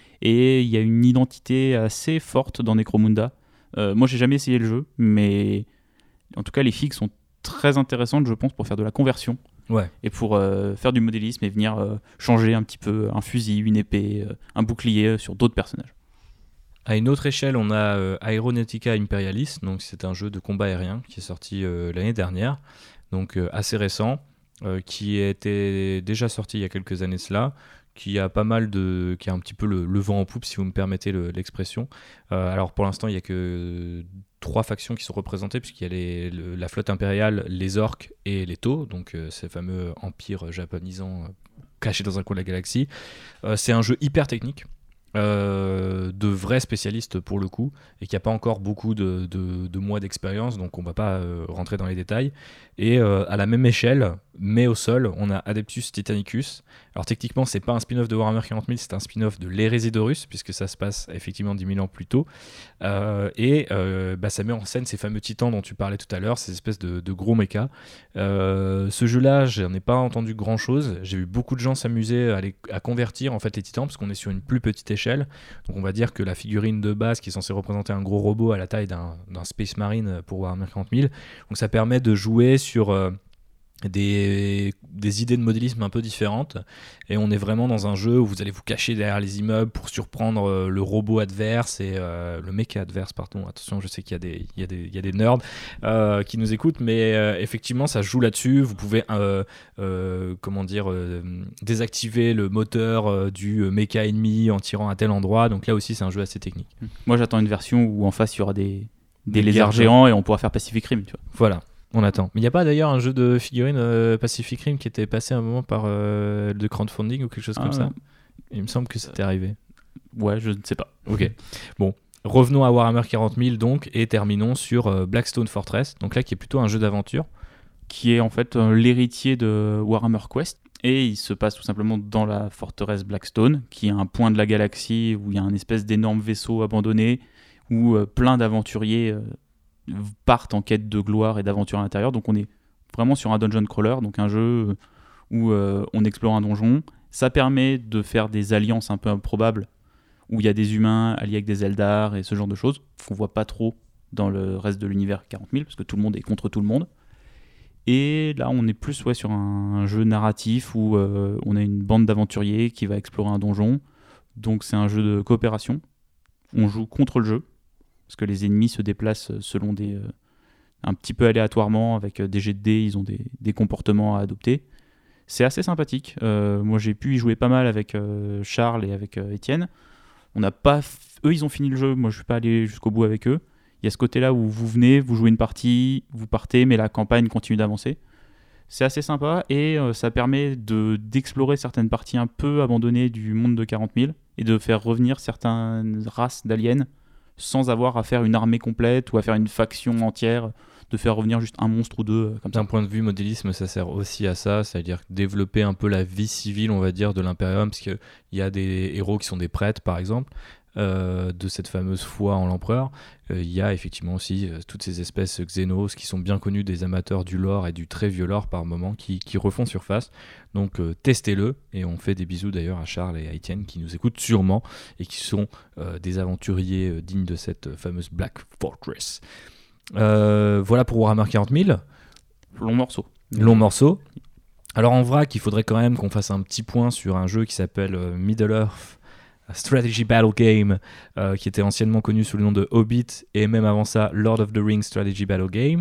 Et il y a une identité assez forte dans Necromunda. Euh, moi, j'ai jamais essayé le jeu, mais en tout cas, les figues sont très intéressantes, je pense, pour faire de la conversion. Ouais. Et pour euh, faire du modélisme et venir euh, changer un petit peu un fusil, une épée, euh, un bouclier euh, sur d'autres personnages. À une autre échelle, on a euh, Aeronautica Imperialis, donc c'est un jeu de combat aérien qui est sorti euh, l'année dernière, donc euh, assez récent, euh, qui était déjà sorti il y a quelques années de cela, qui a pas mal de, qui a un petit peu le, le vent en poupe, si vous me permettez le, l'expression. Euh, alors pour l'instant, il y a que trois factions qui sont représentées, puisqu'il y a les, le, la flotte impériale, les orques et les Tau, donc euh, ces fameux empires japonisants euh, cachés dans un coin de la galaxie. Euh, c'est un jeu hyper technique, euh, de vrais spécialistes pour le coup, et qui n'a pas encore beaucoup de, de, de mois d'expérience, donc on ne va pas euh, rentrer dans les détails. Et euh, à la même échelle, mais au sol, on a Adeptus Titanicus. Alors techniquement, c'est pas un spin-off de Warhammer quarante mille, c'est un spin-off de l'Hérésie d'Horus, puisque ça se passe effectivement dix mille ans plus tôt. Euh, et euh, bah, ça met en scène ces fameux titans dont tu parlais tout à l'heure, ces espèces de, de gros mechas. Euh, ce jeu-là, j'en ai pas entendu grand-chose. J'ai vu beaucoup de gens s'amuser à, les, à convertir en fait les titans, parce qu'on est sur une plus petite échelle. Donc on va dire que la figurine de base, qui est censée représenter un gros robot à la taille d'un, d'un Space Marine pour Warhammer quarante mille, donc ça permet de jouer sur euh, des, des idées de modélisme un peu différentes, et on est vraiment dans un jeu où vous allez vous cacher derrière les immeubles pour surprendre euh, le robot adverse et euh, le mecha adverse, pardon, attention, je sais qu'il y a des, il y a des, il y a des nerds euh, qui nous écoutent, mais euh, effectivement ça joue là-dessus. Vous pouvez euh, euh, comment dire euh, désactiver le moteur euh, du mecha ennemi en tirant à tel endroit, donc là aussi c'est un jeu assez technique. Moi j'attends une version où en face il y aura des, des, des lézards géants et on pourra faire Pacific Rim, tu vois. Voilà. On attend. Mais il n'y a pas d'ailleurs un jeu de figurines euh, Pacific Rim qui était passé à un moment par euh, de crowdfunding ou quelque chose ah, comme ça. Il me semble que c'était arrivé. Ouais, je ne sais pas. Ok. Bon, revenons à Warhammer quarante mille donc, et terminons sur euh, Blackstone Fortress. Donc là, qui est plutôt un jeu d'aventure. Qui est en fait euh, l'héritier de Warhammer Quest. Et il se passe tout simplement dans la forteresse Blackstone, qui est un point de la galaxie où il y a un espèce d'énorme vaisseau abandonné, où euh, plein d'aventuriers euh, partent en quête de gloire et d'aventure à l'intérieur. Donc on est vraiment sur un dungeon crawler, donc un jeu où euh, on explore un donjon. Ça permet de faire des alliances un peu improbables, où il y a des humains alliés avec des Eldar et ce genre de choses, qu'on voit pas trop dans le reste de l'univers quarante mille, parce que tout le monde est contre tout le monde. Et là, on est plus ouais, sur un, un jeu narratif où euh, on a une bande d'aventuriers qui va explorer un donjon. Donc c'est un jeu de coopération. On joue contre le jeu, parce que les ennemis se déplacent selon des... Euh, un petit peu aléatoirement, avec des jets de dés, ils ont des, des comportements à adopter. C'est assez sympathique. Euh, moi, j'ai pu y jouer pas mal avec euh, Charles et avec euh, Étienne. On n'a pas... F... Eux, ils ont fini le jeu. Moi, je ne suis pas allé jusqu'au bout avec eux. Il y a ce côté-là où vous venez, vous jouez une partie, vous partez, mais la campagne continue d'avancer. C'est assez sympa et euh, ça permet de, d'explorer certaines parties un peu abandonnées du monde de quarante mille et de faire revenir certaines races d'aliens sans avoir à faire une armée complète ou à faire une faction entière, de faire revenir juste un monstre ou deux euh, comme ça. D'un point de vue modélisme, ça sert aussi à ça, c'est-à-dire développer un peu la vie civile, on va dire, de l'Imperium, parce qu'il y a des héros qui sont des prêtres, par exemple, euh, de cette fameuse foi en l'empereur. Il euh, y a effectivement aussi euh, toutes ces espèces xénos qui sont bien connues des amateurs du lore et du très vieux lore par moment, qui, qui refont surface. Donc euh, testez-le, et on fait des bisous d'ailleurs à Charles et à Étienne qui nous écoutent sûrement, et qui sont euh, des aventuriers euh, dignes de cette euh, fameuse Black Fortress. Euh, voilà pour Warhammer quarante mille. Long morceau. Long morceau. Alors en vrac, il faudrait quand même qu'on fasse un petit point sur un jeu qui s'appelle euh, Middle-earth Strategy Battle Game, euh, qui était anciennement connu sous le nom de Hobbit, et même avant ça Lord of the Rings Strategy Battle Game.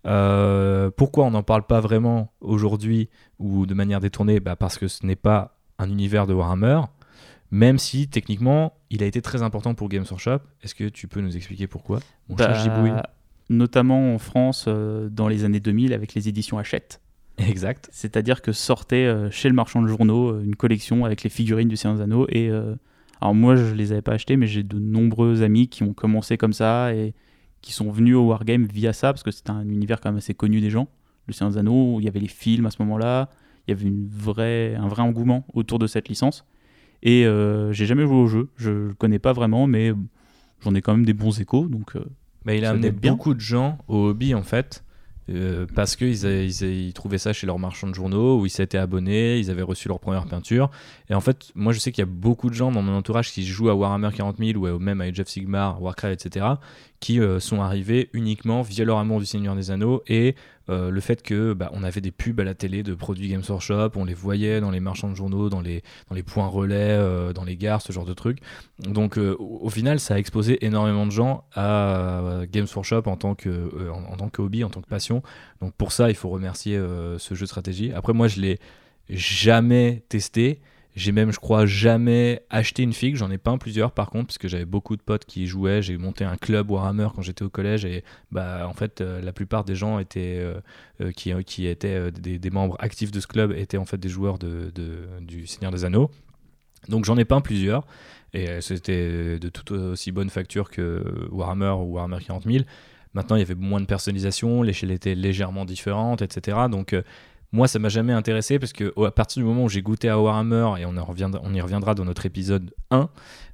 Euh, pourquoi on n'en parle pas vraiment aujourd'hui ou de manière détournée ? Bah parce que ce n'est pas un univers de Warhammer, même si techniquement il a été très important pour Games Workshop. Est-ce que tu peux nous expliquer pourquoi, mon bah, cher Gibouille ? Notamment en France euh, dans les années deux mille avec les éditions Hachette. Exact. C'est-à-dire que sortait euh, chez le marchand de journaux euh, une collection avec les figurines du Seigneur des Anneaux. Et, euh, alors moi, je les avais pas achetées, mais j'ai de nombreux amis qui ont commencé comme ça et qui sont venus au Wargame via ça, parce que c'était un univers quand même assez connu des gens. Le Seigneur des Anneaux, où il y avait les films à ce moment-là, il y avait une vraie, un vrai engouement autour de cette licence. Et euh, j'ai jamais joué au jeu, je le connais pas vraiment, mais j'en ai quand même des bons échos, donc... Euh, Bah, il a ça amené doit être bien. beaucoup de gens au hobby en fait, euh, parce qu'ils ils, ils trouvaient ça chez leurs marchands de journaux, où ils s'étaient abonnés, ils avaient reçu leur première peinture. Et en fait, moi je sais qu'il y a beaucoup de gens dans mon entourage qui jouent à Warhammer quarante mille ou même à Age of Sigmar, Warcraft, et cetera, qui euh, sont arrivés uniquement via leur amour du Seigneur des Anneaux et euh, le fait que bah, on avait des pubs à la télé de produits Games Workshop, on les voyait dans les marchands de journaux, dans les, dans les points relais, euh, dans les gares, ce genre de trucs. Donc euh, au, au final, ça a exposé énormément de gens à euh, Games Workshop en tant que, euh, en, en tant que hobby, en tant que passion. Donc pour ça, il faut remercier euh, ce jeu de stratégie. Après, moi, je l'ai jamais testé. J'ai même, je crois, jamais acheté une figue. J'en ai peint plusieurs, par contre, parce que j'avais beaucoup de potes qui y jouaient. J'ai monté un club Warhammer quand j'étais au collège. Et bah, en fait, euh, la plupart des gens étaient, euh, euh, qui, qui étaient euh, des, des membres actifs de ce club étaient en fait des joueurs de, de, du Seigneur des Anneaux. Donc j'en ai peint plusieurs. Et euh, c'était de toute aussi bonne facture que Warhammer ou Warhammer quarante mille. Maintenant, il y avait moins de personnalisation. L'échelle était légèrement différente, et cetera. Donc... Euh, moi, ça m'a jamais intéressé parce que à partir du moment où j'ai goûté à Warhammer, et on, en reviendra, on y reviendra dans notre épisode un,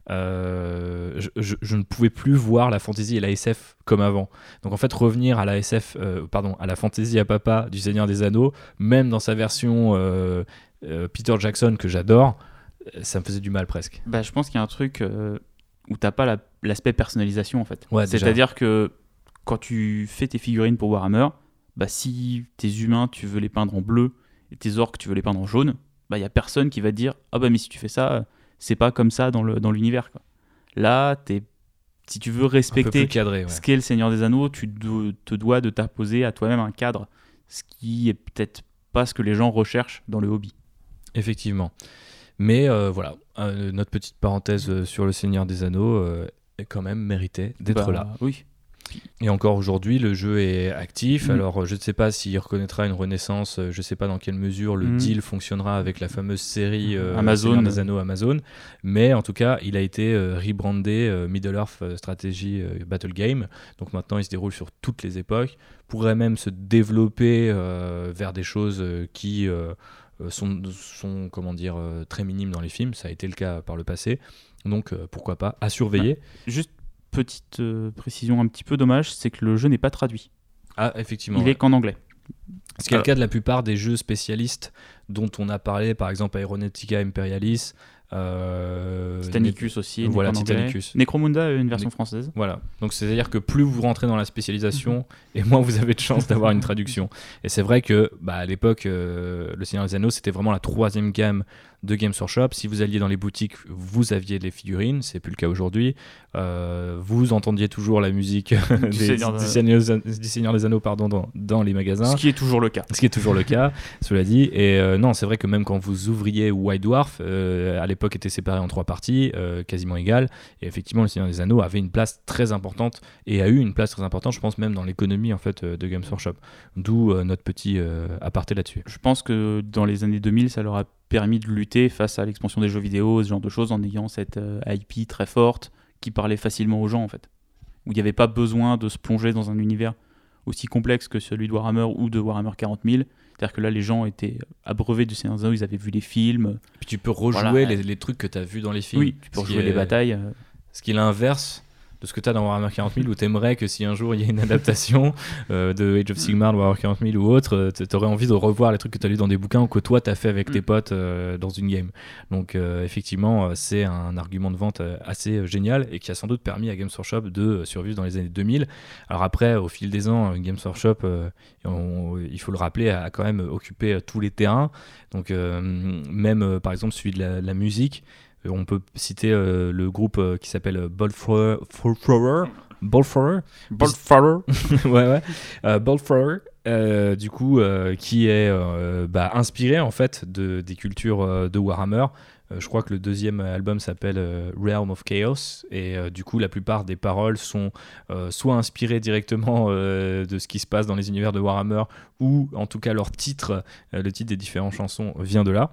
euh, je, je, je ne pouvais plus voir la fantasy et la S F comme avant. Donc en fait, revenir à la S F, euh, pardon, à la fantasy à papa du Seigneur des Anneaux, même dans sa version euh, euh, Peter Jackson que j'adore, ça me faisait du mal presque. Bah, je pense qu'il y a un truc euh, où t'as pas la, l'aspect personnalisation en fait. Ouais, c'est-à-dire que quand tu fais tes figurines pour Warhammer, bah, si tes humains tu veux les peindre en bleu et tes orques tu veux les peindre en jaune, bah, y a personne qui va te dire ah bah mais si tu fais ça, c'est pas comme ça dans, le, dans l'univers quoi. Là, t'es, si tu veux respecter cadré, ouais. ce qu'est le Seigneur des Anneaux, tu do- te dois de t'imposer à toi-même un cadre, ce qui est peut-être pas ce que les gens recherchent dans le hobby. Effectivement. Mais euh, voilà, euh, notre petite parenthèse euh, sur le Seigneur des Anneaux euh, est quand même mérité d'être bah, là. Oui. Et encore aujourd'hui, le jeu est actif. Mmh. Alors, je ne sais pas s'il reconnaîtra une renaissance. Je ne sais pas dans quelle mesure le mmh. deal fonctionnera avec la fameuse série euh, Amazon. Seigneur des Anneaux Amazon. Mais en tout cas, il a été euh, rebrandé euh, Middle-earth Strategy euh, Battle Game. Donc maintenant, il se déroule sur toutes les époques. Pourrait même se développer euh, vers des choses euh, qui euh, sont, sont comment dire, euh, très minimes dans les films. Ça a été le cas par le passé. Donc, euh, pourquoi pas, à surveiller. Bah, juste petite euh, précision un petit peu dommage, c'est que le jeu n'est pas traduit. Ah, effectivement. Il ouais. est qu'en anglais. Ce qui est le cas de la plupart des jeux spécialistes dont on a parlé, par exemple Aeronautica Imperialis. Euh, Titanicus aussi, voilà, en Titanicus. Anglais. Necromunda, une version Ne- française. Voilà, donc c'est-à-dire que plus vous rentrez dans la spécialisation, et moins vous avez de chances d'avoir une traduction. Et c'est vrai que bah, à l'époque, euh, Le Seigneur des Anneaux, c'était vraiment la troisième gamme de Games Workshop. Si vous alliez dans les boutiques, vous aviez les figurines, c'est plus le cas aujourd'hui. Euh, vous entendiez toujours la musique Du des- Seigneur du, des- Seigneur, du Seigneur des Anneaux pardon, dans, dans les magasins. Ce qui est toujours le cas. Ce qui est toujours le cas, cela dit. Et euh, non, c'est vrai que même quand vous ouvriez White Dwarf, euh, à l'époque était séparé en trois parties, euh, quasiment égales. Et effectivement, le Seigneur des Anneaux avait une place très importante et a eu une place très importante, je pense même dans l'économie en fait euh, de Games Workshop. D'où euh, notre petit euh, aparté là-dessus. Je pense que dans les années deux mille, ça leur a permis de lutter face à l'expansion des jeux vidéo, ce genre de choses, en ayant cette euh, I P très forte qui parlait facilement aux gens en fait. Où il n'y avait pas besoin de se plonger dans un univers aussi complexe que celui de Warhammer ou de Warhammer quarante mille. C'est-à-dire que là, les gens étaient abreuvés du Seigneur des Anneaux, ils avaient vu les films. Puis tu peux rejouer Voilà. les, les trucs que tu as vus dans les films. Oui, tu peux Ce qui rejouer est- les batailles. euh, Ce qui est l'inverse de ce que tu as dans Warhammer quarante mille, où tu aimerais que si un jour il y a une adaptation euh, de Age of Sigmar, de Warhammer quarante mille ou autre, tu aurais envie de revoir les trucs que tu as lus dans des bouquins ou que toi tu as fait avec tes Mm. potes euh, dans une game. Donc euh, effectivement, euh, c'est un argument de vente euh, assez euh, génial et qui a sans doute permis à Games Workshop de euh, survivre dans les années deux mille. Alors après, au fil des ans, euh, Games Workshop, euh, on- il faut le rappeler, a quand même occupé euh, tous les terrains. Donc euh, même euh, par exemple celui de la, la musique. Euh, On peut citer euh, le groupe euh, qui s'appelle euh, Ballthrower. Ballthrower Ballthrower Ballthrower. Ouais, ouais. Euh, Ballthrower, euh, du coup, euh, qui est euh, bah, inspiré en fait de, des cultures euh, de Warhammer. Euh, je crois que le deuxième album s'appelle euh, Realm of Chaos. Et euh, du coup, la plupart des paroles sont euh, soit inspirées directement euh, de ce qui se passe dans les univers de Warhammer, ou en tout cas leur titre, euh, le titre des différentes chansons vient de là.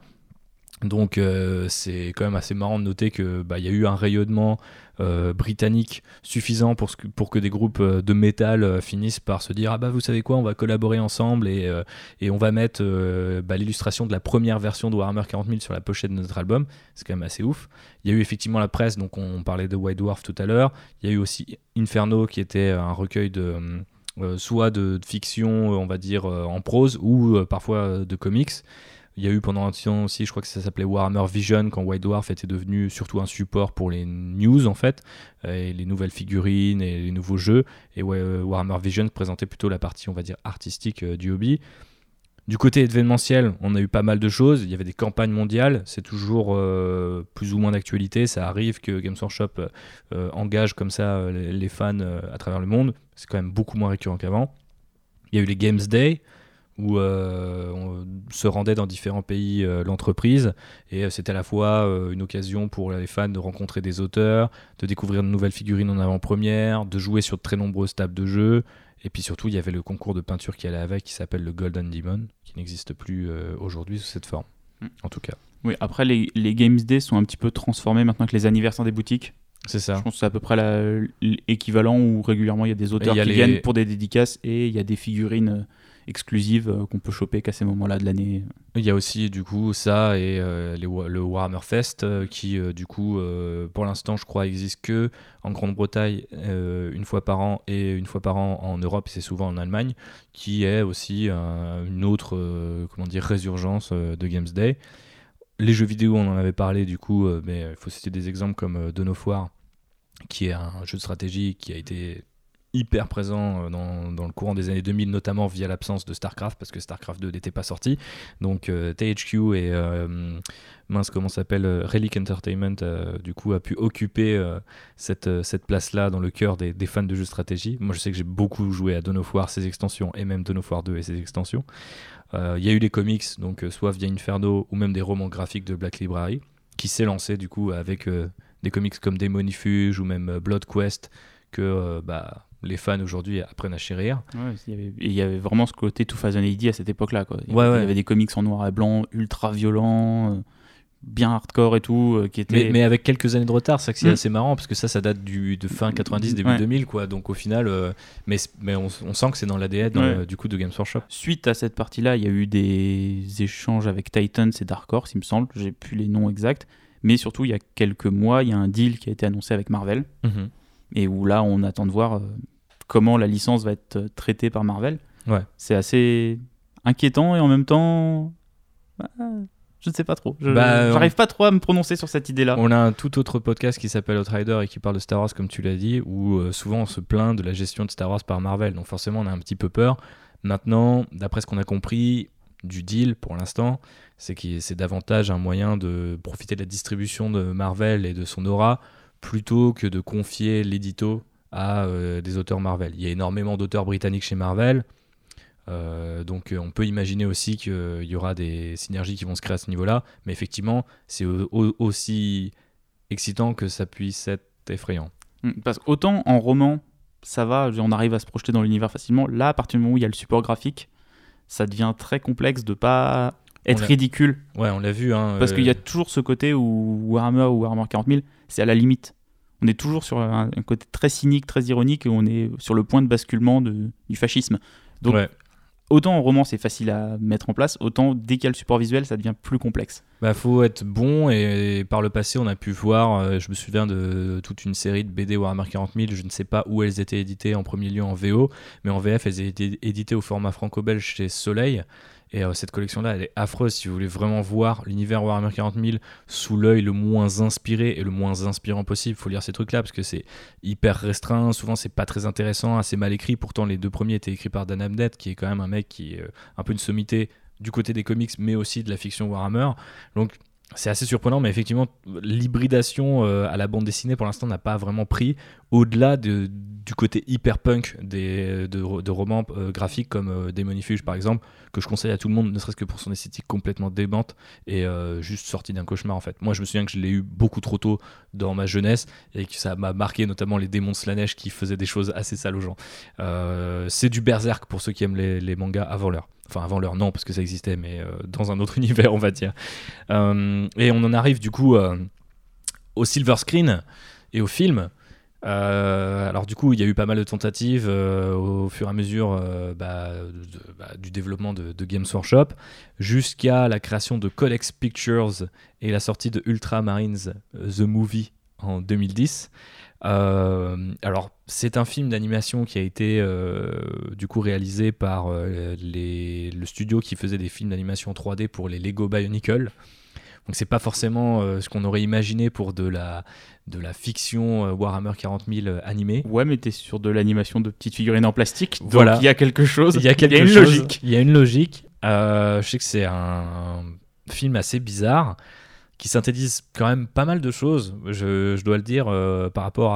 Donc euh, c'est quand même assez marrant de noter que bah, y a eu un rayonnement euh, britannique suffisant pour, ce que, pour que des groupes euh, de métal euh, finissent par se dire ah bah vous savez quoi, on va collaborer ensemble et, euh, et on va mettre euh, bah, l'illustration de la première version de Warhammer quarante mille sur la pochette de notre album. C'est quand même assez ouf. Il y a eu effectivement la presse, donc on parlait de White Dwarf tout à l'heure. Il y a eu aussi Inferno qui était un recueil de euh, soit de, de fiction on va dire euh, en prose ou euh, parfois euh, de comics. Il y a eu pendant un temps aussi, je crois que ça s'appelait Warhammer Vision, quand White Dwarf était devenu surtout un support pour les news en fait, et les nouvelles figurines et les nouveaux jeux. Et ouais, Warhammer Vision présentait plutôt la partie, on va dire, artistique euh, du hobby. Du côté événementiel, on a eu pas mal de choses. Il y avait des campagnes mondiales, c'est toujours euh, plus ou moins d'actualité. Ça arrive que Games Workshop euh, engage comme ça euh, les, les fans euh, à travers le monde. C'est quand même beaucoup moins récurrent qu'avant. Il y a eu les Games Day, où euh, on se rendait dans différents pays euh, l'entreprise, et euh, c'était à la fois euh, une occasion pour les fans de rencontrer des auteurs, de découvrir de nouvelles figurines en avant-première, de jouer sur de très nombreuses tables de jeu, et puis surtout il y avait le concours de peinture qui allait avec, qui s'appelle le Golden Demon, qui n'existe plus euh, aujourd'hui sous cette forme, Mm. en tout cas. Oui, après, les, les Games Day sont un petit peu transformés maintenant que les anniversaires des boutiques. C'est ça. Je pense que c'est à peu près la- l'équivalent où régulièrement il y a des auteurs Et il y a qui les- viennent pour des dédicaces et il y a des figurines euh, exclusives euh, qu'on peut choper qu'à ces moments-là de l'année. Il y a aussi du coup ça et euh, les, Wa- le Warhammer Fest euh, qui euh, du coup euh, pour l'instant je crois existe que en Grande-Bretagne euh, une fois par an et une fois par an en Europe, et c'est souvent en Allemagne, qui est aussi un- une autre euh, comment dire résurgence euh, de Games Day. Les jeux vidéo, on en avait parlé du coup, euh, mais il faut citer des exemples comme euh, Dawn of War, qui est un jeu de stratégie qui a été hyper présent euh, dans, dans le courant des années deux mille, notamment via l'absence de StarCraft, parce que StarCraft deux n'était pas sorti. Donc euh, T H Q et euh, mince, comment ça s'appelle, euh, Relic Entertainment, euh, du coup, a pu occuper euh, cette, euh, cette place-là dans le cœur des, des fans de jeux de stratégie. Moi, je sais que j'ai beaucoup joué à Dawn of War, ses extensions, et même Dawn of War deux et ses extensions. Il euh, y a eu les comics, donc euh, soit via Inferno ou même des romans graphiques de Black Library, qui s'est lancé du coup avec euh, des comics comme Démonifuge ou même euh, Blood Quest, que euh, bah, les fans aujourd'hui apprennent à chérir. Ouais, il y avait- et il y avait vraiment ce côté Two Thousand A D à cette époque-là, quoi. Il y Ouais, avait, ouais. il y avait des comics en noir et blanc, ultra violents, euh, bien hardcore et tout, euh, qui étaient... Mais, mais avec quelques années de retard, c'est ça que c'est Mm. assez marrant, parce que ça, ça date du, de fin quatre-vingt-dix, début Ouais. deux mille, quoi. Donc au final, euh, mais, mais on, on sent que c'est dans l'A D N Ouais. euh, du coup de Games Workshop. Suite à cette partie-là, il y a eu des échanges avec Titans et Dark Horse, il me semble, j'ai plus les noms exacts, mais surtout, il y a quelques mois, il y a un deal qui a été annoncé avec Marvel, Mhm. et où là, on attend de voir euh, comment la licence va être traitée par Marvel. Ouais. C'est assez inquiétant et en même temps, bah, je ne sais pas trop. Je, Bah, j'arrive on... pas trop à me prononcer sur cette idée-là. On a un tout autre podcast qui s'appelle Outrider et qui parle de Star Wars, comme tu l'as dit, où euh, souvent on se plaint de la gestion de Star Wars par Marvel. Donc forcément, on a un petit peu peur. Maintenant, d'après ce qu'on a compris du deal pour l'instant, c'est que c'est davantage un moyen de profiter de la distribution de Marvel et de son aura plutôt que de confier l'édito à euh, des auteurs Marvel. Il y a énormément d'auteurs britanniques chez Marvel. Euh, donc euh, on peut imaginer aussi qu'il euh, y aura des synergies qui vont se créer à ce niveau-là, mais effectivement c'est au- au- aussi excitant que ça puisse être effrayant. Parce qu'autant en roman, ça va, on arrive à se projeter dans l'univers facilement. Là, à partir du moment où il y a le support graphique, ça devient très complexe de pas être ridicule. Ouais, on l'a vu. Hein, Parce euh... qu'il y a toujours ce côté où Warhammer ou Warhammer quarante mille, c'est à la limite. On est toujours sur un, un côté très cynique, très ironique, et on est sur le point de basculement de, du fascisme. Donc, ouais. Autant en roman c'est facile à mettre en place, autant dès qu'il y a le support visuel ça devient plus complexe. Bah faut être bon et, et par le passé on a pu voir, euh, je me souviens de toute une série de B D Warhammer quarante mille, je ne sais pas où elles étaient éditées en premier lieu en V O, mais en V F elles étaient éditées au format franco-belge chez Soleil. Et euh, cette collection-là, elle est affreuse si vous voulez vraiment voir l'univers Warhammer quarante mille sous l'œil le moins inspiré et le moins inspirant possible. Il faut lire ces trucs-là parce que c'est hyper restreint. Souvent, c'est pas très intéressant, assez mal écrit. Pourtant, les deux premiers étaient écrits par Dan Abnett, qui est quand même un mec qui est euh, un peu une sommité du côté des comics, mais aussi de la fiction Warhammer. Donc, c'est assez surprenant, mais effectivement, l'hybridation euh, à la bande dessinée, pour l'instant, n'a pas vraiment pris au-delà de, du côté hyper punk des, de, de romans euh, graphiques comme euh, Démonifuge, par exemple, que je conseille à tout le monde, ne serait-ce que pour son esthétique complètement démente et euh, juste sortie d'un cauchemar, en fait. Moi, je me souviens que je l'ai eu beaucoup trop tôt dans ma jeunesse et que ça m'a marqué, notamment les démons de Slanesh qui faisaient des choses assez sales aux gens. Euh, c'est du berserk pour ceux qui aiment les, les mangas avant l'heure. Enfin, avant l'heure, non, parce que ça existait, mais euh, dans un autre univers, on va dire. Euh, et on en arrive, du coup, euh, au silver screen et au film. Euh, alors, du coup, il y a eu pas mal de tentatives euh, au fur et à mesure euh, bah, de, bah, du développement de, de Games Workshop, jusqu'à la création de Codex Pictures et la sortie de Ultramarines The Movie en deux mille dix. Euh, alors c'est un film d'animation qui a été euh, du coup réalisé par euh, les, le studio qui faisait des films d'animation trois D pour les Lego Bionicle. Donc c'est pas forcément euh, ce qu'on aurait imaginé pour de la, de la fiction euh, Warhammer quarante mille euh, animée. Ouais, mais t'es sur de l'animation de petites figurines en plastique, donc voilà. Il y a quelque chose, il y a, quelque il y a une chose, logique. Il y a une logique. Euh, je sais que c'est un, un film assez bizarre qui synthétise quand même pas mal de choses, je, je dois le dire, euh, par rapport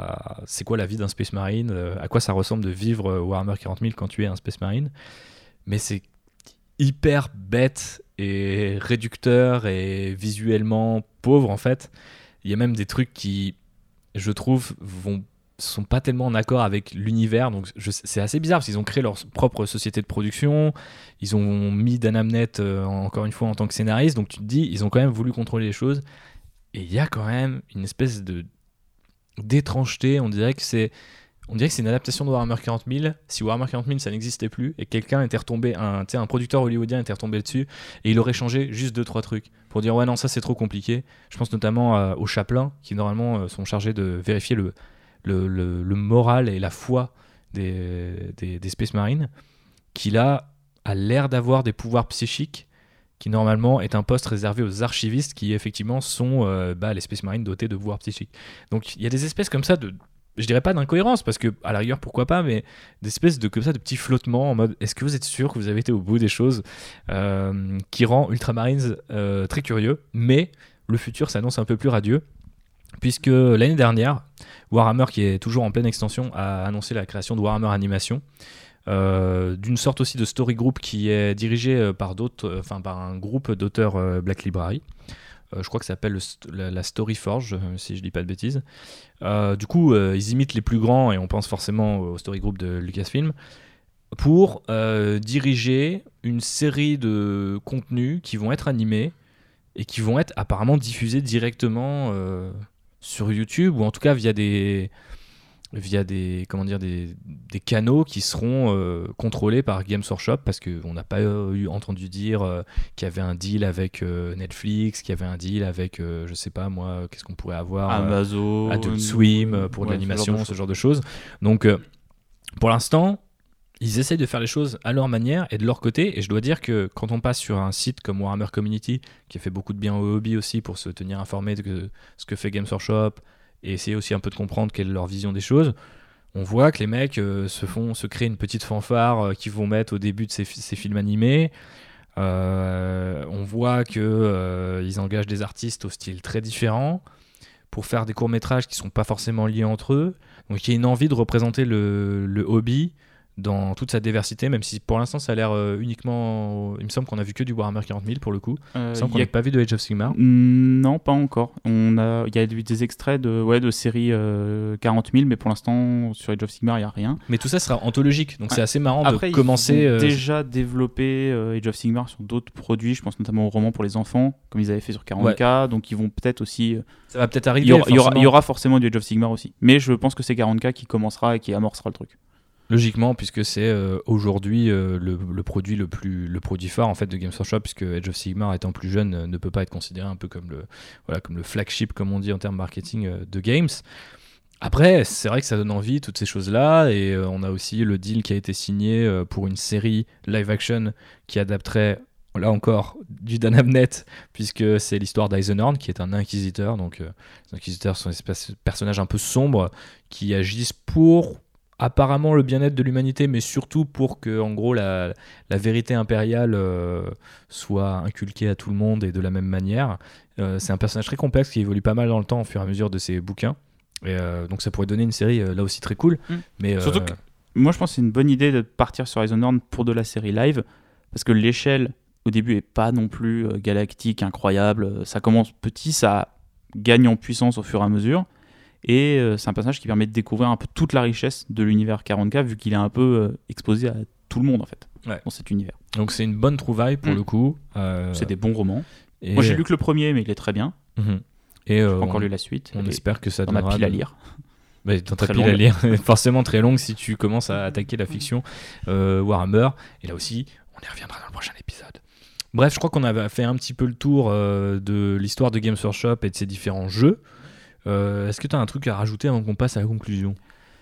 à c'est quoi la vie d'un Space Marine, euh, à quoi ça ressemble de vivre euh, Warhammer quarante mille quand tu es un Space Marine. Mais c'est hyper bête et réducteur et visuellement pauvre en fait. Il y a même des trucs qui, je trouve, vont sont pas tellement en accord avec l'univers, donc je, c'est assez bizarre parce qu'ils ont créé leur propre société de production, ils ont mis Dan Abnett euh, encore une fois en tant que scénariste, donc tu te dis ils ont quand même voulu contrôler les choses et il y a quand même une espèce de d'étrangeté. On dirait que c'est on dirait que c'est une adaptation de Warhammer quarante mille. Si Warhammer quarante mille ça n'existait plus et quelqu'un était retombé, un, un producteur hollywoodien était retombé dessus et il aurait changé juste deux trois trucs pour dire ouais non ça c'est trop compliqué. Je pense notamment euh, aux chapelains qui normalement euh, sont chargés de vérifier le Le, le, le moral et la foi des, des, des Space Marines, qui là a l'air d'avoir des pouvoirs psychiques, qui normalement est un poste réservé aux archivistes qui effectivement sont euh, bah, les Space Marines dotés de pouvoirs psychiques. Donc il y a des espèces comme ça de, je dirais pas d'incohérence parce que à la rigueur pourquoi pas, mais des espèces de comme ça de petits flottements en mode est-ce que vous êtes sûr que vous avez été au bout des choses, euh, qui rend Ultramarines euh, très curieux, mais le futur s'annonce un peu plus radieux. Puisque l'année dernière, Warhammer, qui est toujours en pleine extension, a annoncé la création de Warhammer Animation, euh, d'une sorte aussi de story group qui est dirigé par d'autres, enfin par un groupe d'auteurs euh, Black Library. Euh, je crois que ça s'appelle le, la, la Story Forge, euh, si je dis pas de bêtises. Euh, du coup, euh, ils imitent les plus grands, et on pense forcément au story group de Lucasfilm, pour euh, diriger une série de contenus qui vont être animés et qui vont être apparemment diffusés directement euh, sur YouTube, ou en tout cas via des, via des, comment dire, des, des canaux qui seront euh, contrôlés par Games Workshop, parce qu'on n'a pas euh, eu entendu dire euh, qu'il y avait un deal avec euh, Netflix, qu'il y avait un deal avec, euh, je sais pas moi, qu'est-ce qu'on pourrait avoir, Amazon, euh, Adult Swim euh, pour de ouais, l'animation, ce ce genre de choses. Donc euh, pour l'instant, ils essayent de faire les choses à leur manière et de leur côté, et je dois dire que quand on passe sur un site comme Warhammer Community, qui a fait beaucoup de bien au hobby aussi pour se tenir informé de ce que fait Games Workshop, et essayer aussi un peu de comprendre quelle est leur vision des choses, on voit que les mecs euh, se font se créer une petite fanfare euh, qu'ils vont mettre au début de ces, ces films animés. Euh, on voit qu'ils euh, engagent des artistes au style très différent pour faire des courts-métrages qui ne sont pas forcément liés entre eux. Donc il y a une envie de représenter le, le hobby dans toute sa diversité, même si pour l'instant ça a l'air euh, uniquement... Il me semble qu'on a vu que du Warhammer quarante mille pour le coup. Euh, Il me semble qu'on y a- n'a pas vu de Age of Sigmar. Non, pas encore. On a, il y a eu des extraits de, ouais, de séries euh, quarante mille, mais pour l'instant sur Age of Sigmar il y a rien. Mais tout ça sera anthologique, donc c'est assez marrant Après, de commencer... ils ont euh, déjà développé euh, Age of Sigmar sur d'autres produits. Je pense notamment aux romans pour les enfants, comme ils avaient fait sur quarante K. Donc ils vont peut-être aussi. euh, Ça va peut-être Il arriver. y, aura, il y aura- forcément. il y aura forcément du Age of Sigmar aussi. Mais je pense que c'est quarante K qui commencera et qui amorcera le truc. Logiquement, puisque c'est euh, aujourd'hui euh, le, le produit le plus le produit phare en fait de Games Workshop, puisque Age of Sigmar étant plus jeune euh, ne peut pas être considéré un peu comme le voilà comme le flagship comme on dit en termes marketing euh, de Games. Après, c'est vrai que ça donne envie toutes ces choses-là, et euh, on a aussi le deal qui a été signé euh, pour une série live action qui adapterait là encore du Dan Abnett, puisque c'est l'histoire d'Eisenhorn qui est un inquisiteur. Donc euh, les inquisiteurs sont des espèces de personnages un peu sombres qui agissent pour apparemment le bien-être de l'humanité, mais surtout pour que en gros la, la vérité impériale euh, soit inculquée à tout le monde et de la même manière. Euh, c'est un personnage très complexe qui évolue pas mal dans le temps au fur et à mesure de ses bouquins, et euh, donc ça pourrait donner une série euh, là aussi très cool. Mm. Mais euh, Surtout que moi je pense que c'est une bonne idée de partir sur Eisenhorn pour de la série live, parce que l'échelle au début est pas non plus euh, galactique, incroyable. Ça commence petit, ça gagne en puissance au fur et à mesure. Et euh, c'est un personnage qui permet de découvrir un peu toute la richesse de l'univers quarante K, vu qu'il est un peu euh, exposé à tout le monde en fait, Ouais. dans cet univers. donc c'est une bonne trouvaille pour Mm. le coup. Euh, C'est des bons romans. et- Moi j'ai lu que le premier, mais il est très bien. Mhm. Et J'ai euh, pas encore on, lu la suite. on Et espère que ça dans ma donnera pile à de- lire. Ouais, dans ta Très pile à longue. lire, forcément très longue si tu commences à attaquer la fiction euh, Warhammer. Et là aussi, on y reviendra dans le prochain épisode. Bref, je crois qu'on avait fait un petit peu le tour euh, de l'histoire de Games Workshop et de ses différents jeux. Euh, est-ce que tu as un truc à rajouter avant qu'on passe à la conclusion ?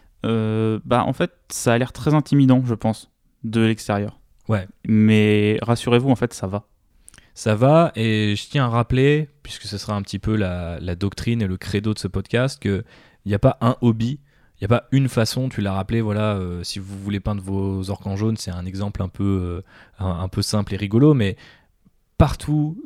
Euh, bah en fait, ça a l'air très intimidant, je pense, de l'extérieur. Ouais. Mais rassurez-vous, en fait, ça va. Ça va, et je tiens à rappeler, puisque ce sera un petit peu la, la doctrine et le credo de ce podcast, qu'il n'y a pas un hobby, il n'y a pas une façon, tu l'as rappelé, voilà, euh, si vous voulez peindre vos orques en jaune, c'est un exemple un peu, euh, un, un peu simple et rigolo, mais partout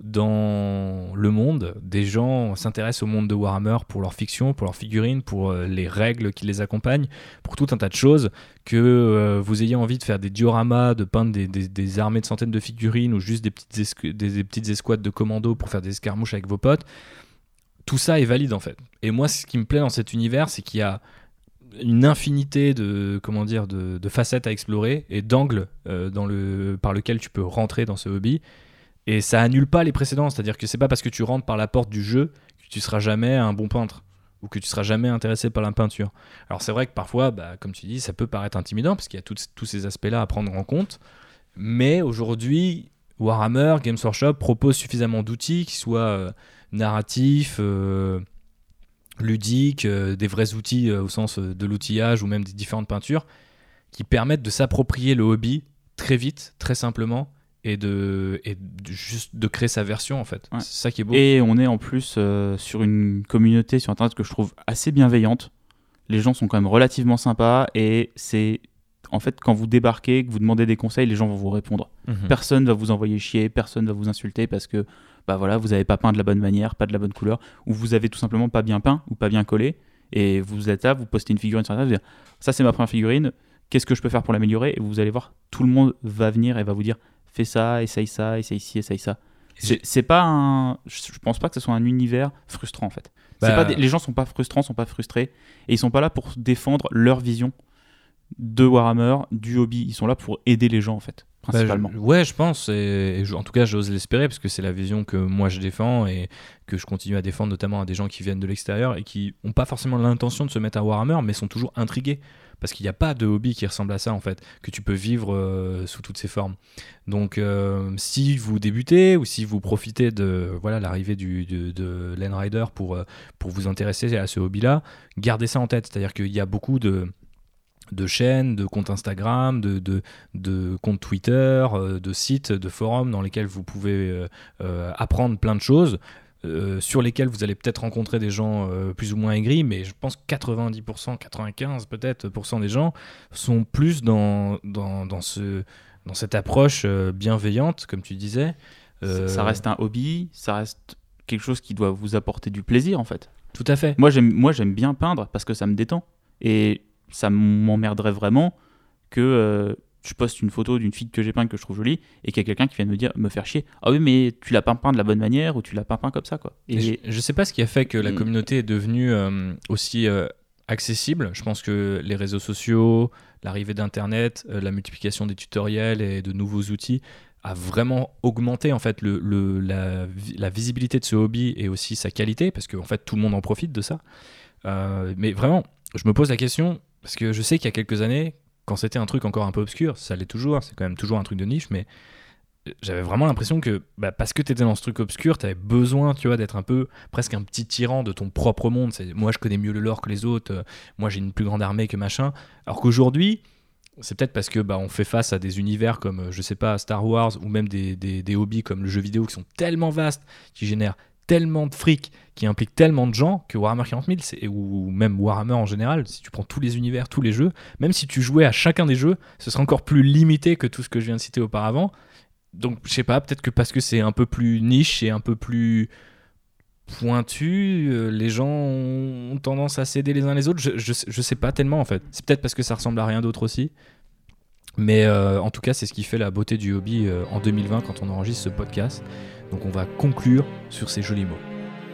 dans le monde, des gens s'intéressent au monde de Warhammer pour leur fiction, pour leurs figurines, pour euh, les règles qui les accompagnent, pour tout un tas de choses. Que euh, vous ayez envie de faire des dioramas, de peindre des, des- des armées de centaines de figurines ou juste des petites, esque- des, des petites escouades de commandos pour faire des escarmouches avec vos potes, tout ça est valide en fait. Et moi, ce qui me plaît dans cet univers, c'est qu'il y a une infinité de, comment dire, de, de facettes à explorer et d'angles euh, dans le, par lequel tu peux rentrer dans ce hobby. Et ça annule pas les précédents, c'est-à-dire que c'est pas parce que tu rentres par la porte du jeu que tu seras jamais un bon peintre ou que tu seras jamais intéressé par la peinture. Alors c'est vrai que parfois, bah, comme tu dis, ça peut paraître intimidant parce qu'il y a tous tous ces aspects-là à prendre en compte. Mais aujourd'hui, Warhammer, Games Workshop propose suffisamment d'outils qui soient euh, narratifs, euh, ludiques, euh, des vrais outils euh, au sens euh, de l'outillage ou même des différentes peintures qui permettent de s'approprier le hobby très vite, très simplement, et de, et de juste de créer sa version en fait. Ouais. C'est ça qui est beau. Et on est en plus euh, sur une communauté sur Internet que je trouve assez bienveillante. Les gens sont quand même relativement sympas et c'est en fait quand vous débarquez, que vous demandez des conseils, les gens vont vous répondre. Mhm. Personne va vous envoyer chier, personne va vous insulter parce que bah voilà, vous n'avez pas peint de la bonne manière, pas de la bonne couleur, ou vous avez tout simplement pas bien peint ou pas bien collé. Et vous êtes là, vous postez une figurine sur Internet, vous dites ça c'est ma première figurine, qu'est-ce que je peux faire pour l'améliorer? Et vous allez voir, tout le monde va venir et va vous dire fais ça, essaye ça, essaye ci, essaye ça. C'est, c'est pas un. Je pense pas que ce soit un univers frustrant en fait. C'est Bah, pas des- les gens sont pas frustrants, sont pas frustrés et ils sont pas là pour défendre leur vision. de Warhammer, du hobby. Ils sont là pour aider les gens en fait, principalement. Bah, je, ouais, je pense. Et, et je, en tout cas, j'ose l'espérer parce que c'est la vision que moi je défends et que je continue à défendre, notamment à des gens qui viennent de l'extérieur et qui n'ont pas forcément l'intention de se mettre à Warhammer, mais sont toujours intrigués. Parce qu'il n'y a pas de hobby qui ressemble à ça, en fait, que tu peux vivre euh, sous toutes ses formes. Donc, euh, si vous débutez ou si vous profitez de voilà, l'arrivée du, de, de Landrider pour, euh, pour vous intéresser à ce hobby-là, gardez ça en tête. C'est-à-dire qu'il y a beaucoup de, de chaînes, de comptes Instagram, de, de, de comptes Twitter, euh, de sites, de forums dans lesquels vous pouvez euh, euh, apprendre plein de choses. Euh, sur lesquels vous allez peut-être rencontrer des gens euh, plus ou moins aigris, mais je pense que quatre-vingt-dix pour cent, quatre-vingt-quinze peut-être pour cent des gens sont plus dans, dans, dans, ce, dans cette approche euh, bienveillante, comme tu disais. Euh... Ça reste un hobby, ça reste quelque chose qui doit vous apporter du plaisir en fait. Tout à fait. Moi j'aime, moi, j'aime bien peindre parce que ça me détend. Et ça m'emmerderait vraiment que... Euh... je poste une photo d'une fille que j'ai peinte que je trouve jolie et qu'il y a quelqu'un qui vient me dire me faire chier, ah oui mais tu l'as pas peint de la bonne manière ou tu l'as pas peint comme ça quoi. Et, et je, je sais pas ce qui a fait que la communauté est devenue euh, aussi euh, accessible. Je pense que les réseaux sociaux, l'arrivée d'internet, euh, la multiplication des tutoriels et de nouveaux outils a vraiment augmenté en fait le, le, la, la visibilité de ce hobby et aussi sa qualité parce que en fait tout le monde en profite de ça. Euh, mais vraiment je me pose la question parce que je sais qu'il y a quelques années quand c'était un truc encore un peu obscur, ça l'est toujours, c'est quand même toujours un truc de niche, mais j'avais vraiment l'impression que bah, parce que tu étais dans ce truc obscur, tu avais besoin tu vois, d'être un peu presque un petit tyran de ton propre monde. C'est, moi, je connais mieux le lore que les autres, euh, moi, j'ai une plus grande armée que machin. Alors qu'aujourd'hui, c'est peut-être parce que bah, on fait face à des univers comme, je sais pas, Star Wars ou même des, des, des hobbies comme le jeu vidéo qui sont tellement vastes, qui génèrent tellement de fric, qui implique tellement de gens que Warhammer quarante mille, c'est, ou même Warhammer en général, si tu prends tous les univers, tous les jeux, même si tu jouais à chacun des jeux, ce serait encore plus limité que tout ce que je viens de citer auparavant. Donc je sais pas, peut-être que parce que c'est un peu plus niche et un peu plus pointu, euh, les gens ont tendance à s'aider les uns les autres. Je, je, je sais pas tellement en fait. C'est peut-être parce que ça ressemble à rien d'autre aussi. Mais euh, en tout cas, c'est ce qui fait la beauté du hobby euh, en deux mille vingt quand on enregistre ce podcast. Donc on va conclure sur ces jolis mots.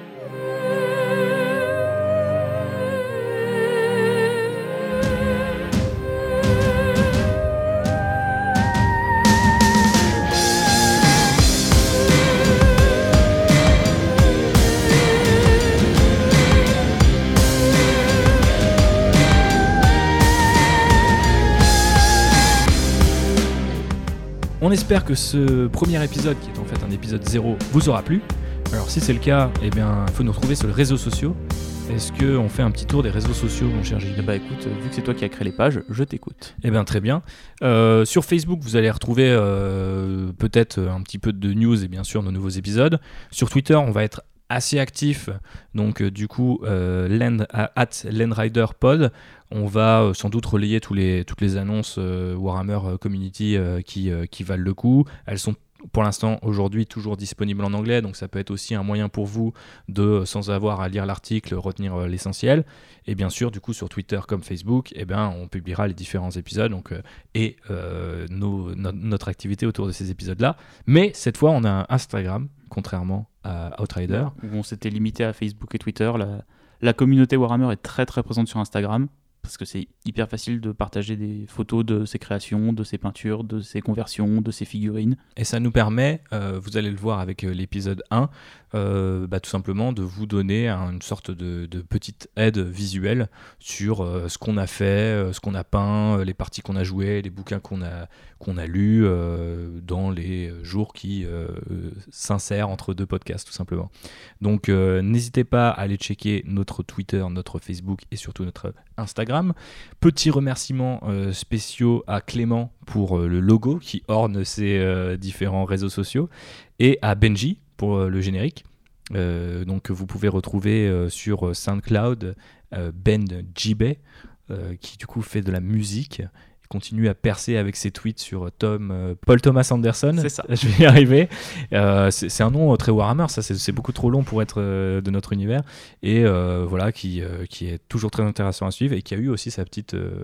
On espère que ce premier épisode, qui est en fait un épisode zéro, vous aura plu. Alors si c'est le cas, eh bien, il faut nous retrouver sur les réseaux sociaux. Est-ce qu'on fait un petit tour des réseaux sociaux, mon cher Gilles ? Bah écoute, vu que c'est toi qui as créé les pages, je t'écoute. Eh bien très bien. Euh, sur Facebook, vous allez retrouver euh, peut-être un petit peu de news et bien sûr nos nouveaux épisodes. Sur Twitter, on va être assez actif, donc euh, du coup euh, land, at landriderpod, on va euh, sans doute relayer tous les, toutes les annonces euh, Warhammer Community euh, qui, euh, qui valent le coup. Elles sont pour l'instant aujourd'hui toujours disponibles en anglais, donc ça peut être aussi un moyen pour vous de, sans avoir à lire l'article, retenir euh, l'essentiel. Et bien sûr, du coup, sur Twitter comme Facebook, eh ben, on publiera les différents épisodes donc, euh, et euh, nos, no, notre activité autour de ces épisodes-là. Mais cette fois, on a un Instagram, contrairement à Outrider. Où on s'était limité à Facebook et Twitter. La, la communauté Warhammer est très très présente sur Instagram. Parce que c'est hyper facile de partager des photos de ses créations, de ses peintures, de ses conversions, de ses figurines. Et ça nous permet, euh, vous allez le voir avec euh, l'épisode un, euh, bah, tout simplement de vous donner un, une sorte de, de petite aide visuelle sur euh, ce qu'on a fait, euh, ce qu'on a peint, euh, les parties qu'on a jouées, les bouquins qu'on a, qu'on a lus euh, dans les jours qui euh, s'insèrent entre deux podcasts, tout simplement. Donc euh, n'hésitez pas à aller checker notre Twitter, notre Facebook et surtout notre Instagram. Petits remerciements euh, spéciaux à Clément pour euh, le logo qui orne ces euh, différents réseaux sociaux et à Benji pour euh, le générique. Euh, donc vous pouvez retrouver euh, sur SoundCloud euh, Ben Jibé euh, qui du coup fait de la musique. Continue à percer avec ses tweets sur Tom, euh, Paul Thomas Anderson. C'est ça. Je vais y arriver. Euh, c'est, c'est un nom très Warhammer, ça, c'est, c'est beaucoup trop long pour être euh, de notre univers. Et euh, voilà, qui, euh, qui est toujours très intéressant à suivre et qui a eu aussi sa petite euh,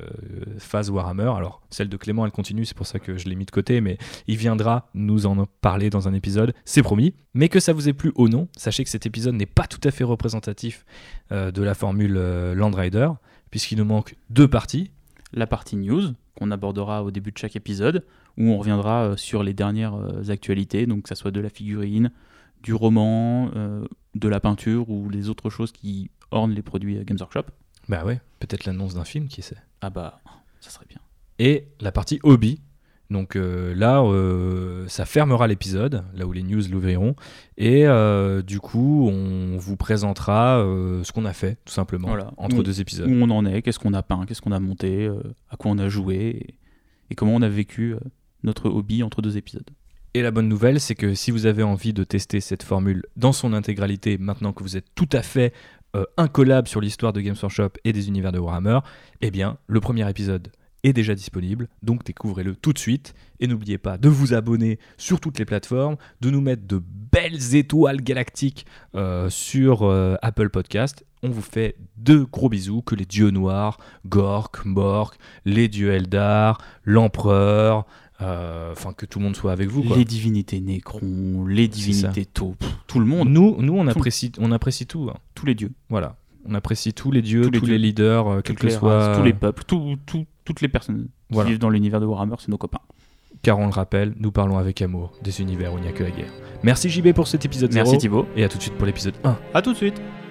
phase Warhammer. Alors, celle de Clément, elle continue, c'est pour ça que je l'ai mis de côté, mais il viendra nous en parler dans un épisode, c'est promis. Mais que ça vous ait plu ou non, sachez que cet épisode n'est pas tout à fait représentatif euh, de la formule euh, Landrider, puisqu'il nous manque deux parties. la partie news, qu'on abordera au début de chaque épisode, où on reviendra euh, sur les dernières euh, actualités, donc que ça soit de la figurine, du roman, euh, de la peinture ou les autres choses qui ornent les produits Games Workshop. Bah ouais, peut-être l'annonce d'un film, qui sait. Ah bah, ça serait bien. Et la partie hobby. Donc euh, là, euh, ça fermera l'épisode, là où les news l'ouvriront. Et euh, du coup, on vous présentera euh, ce qu'on a fait, tout simplement, Voilà. entre où, deux épisodes. Où on en est, qu'est-ce qu'on a peint, qu'est-ce qu'on a monté, euh, à quoi on a joué, et, et comment on a vécu euh, notre hobby entre deux épisodes. Et la bonne nouvelle, c'est que si vous avez envie de tester cette formule dans son intégralité, maintenant que vous êtes tout à fait euh, incollable sur l'histoire de Games Workshop et des univers de Warhammer, eh bien, le premier épisode est déjà disponible, donc découvrez-le tout de suite. Et n'oubliez pas de vous abonner sur toutes les plateformes, de nous mettre de belles étoiles galactiques euh, sur euh, Apple Podcast. On vous fait de gros bisous, que les dieux noirs, Gork, Mork, les dieux Eldar, l'empereur, euh, enfin que tout le monde soit avec vous, quoi. Les divinités Nécron, les divinités Taupe, tout le monde. Nous, nous on, Tout. apprécie, on apprécie tout. Hein. Tous les dieux. Voilà. On apprécie tous les dieux, Tous les tous dieux. les leaders, euh, quels Toutes que les soient. races, tous les peuples, tout, tout, toutes les personnes Voilà. qui vivent dans l'univers de Warhammer, c'est nos copains. Car on le rappelle, nous parlons avec amour des univers où il n'y a que la guerre. Merci J B pour cet épisode zéro. Merci Thibaut. Et à tout de suite pour l'épisode un. À tout de suite.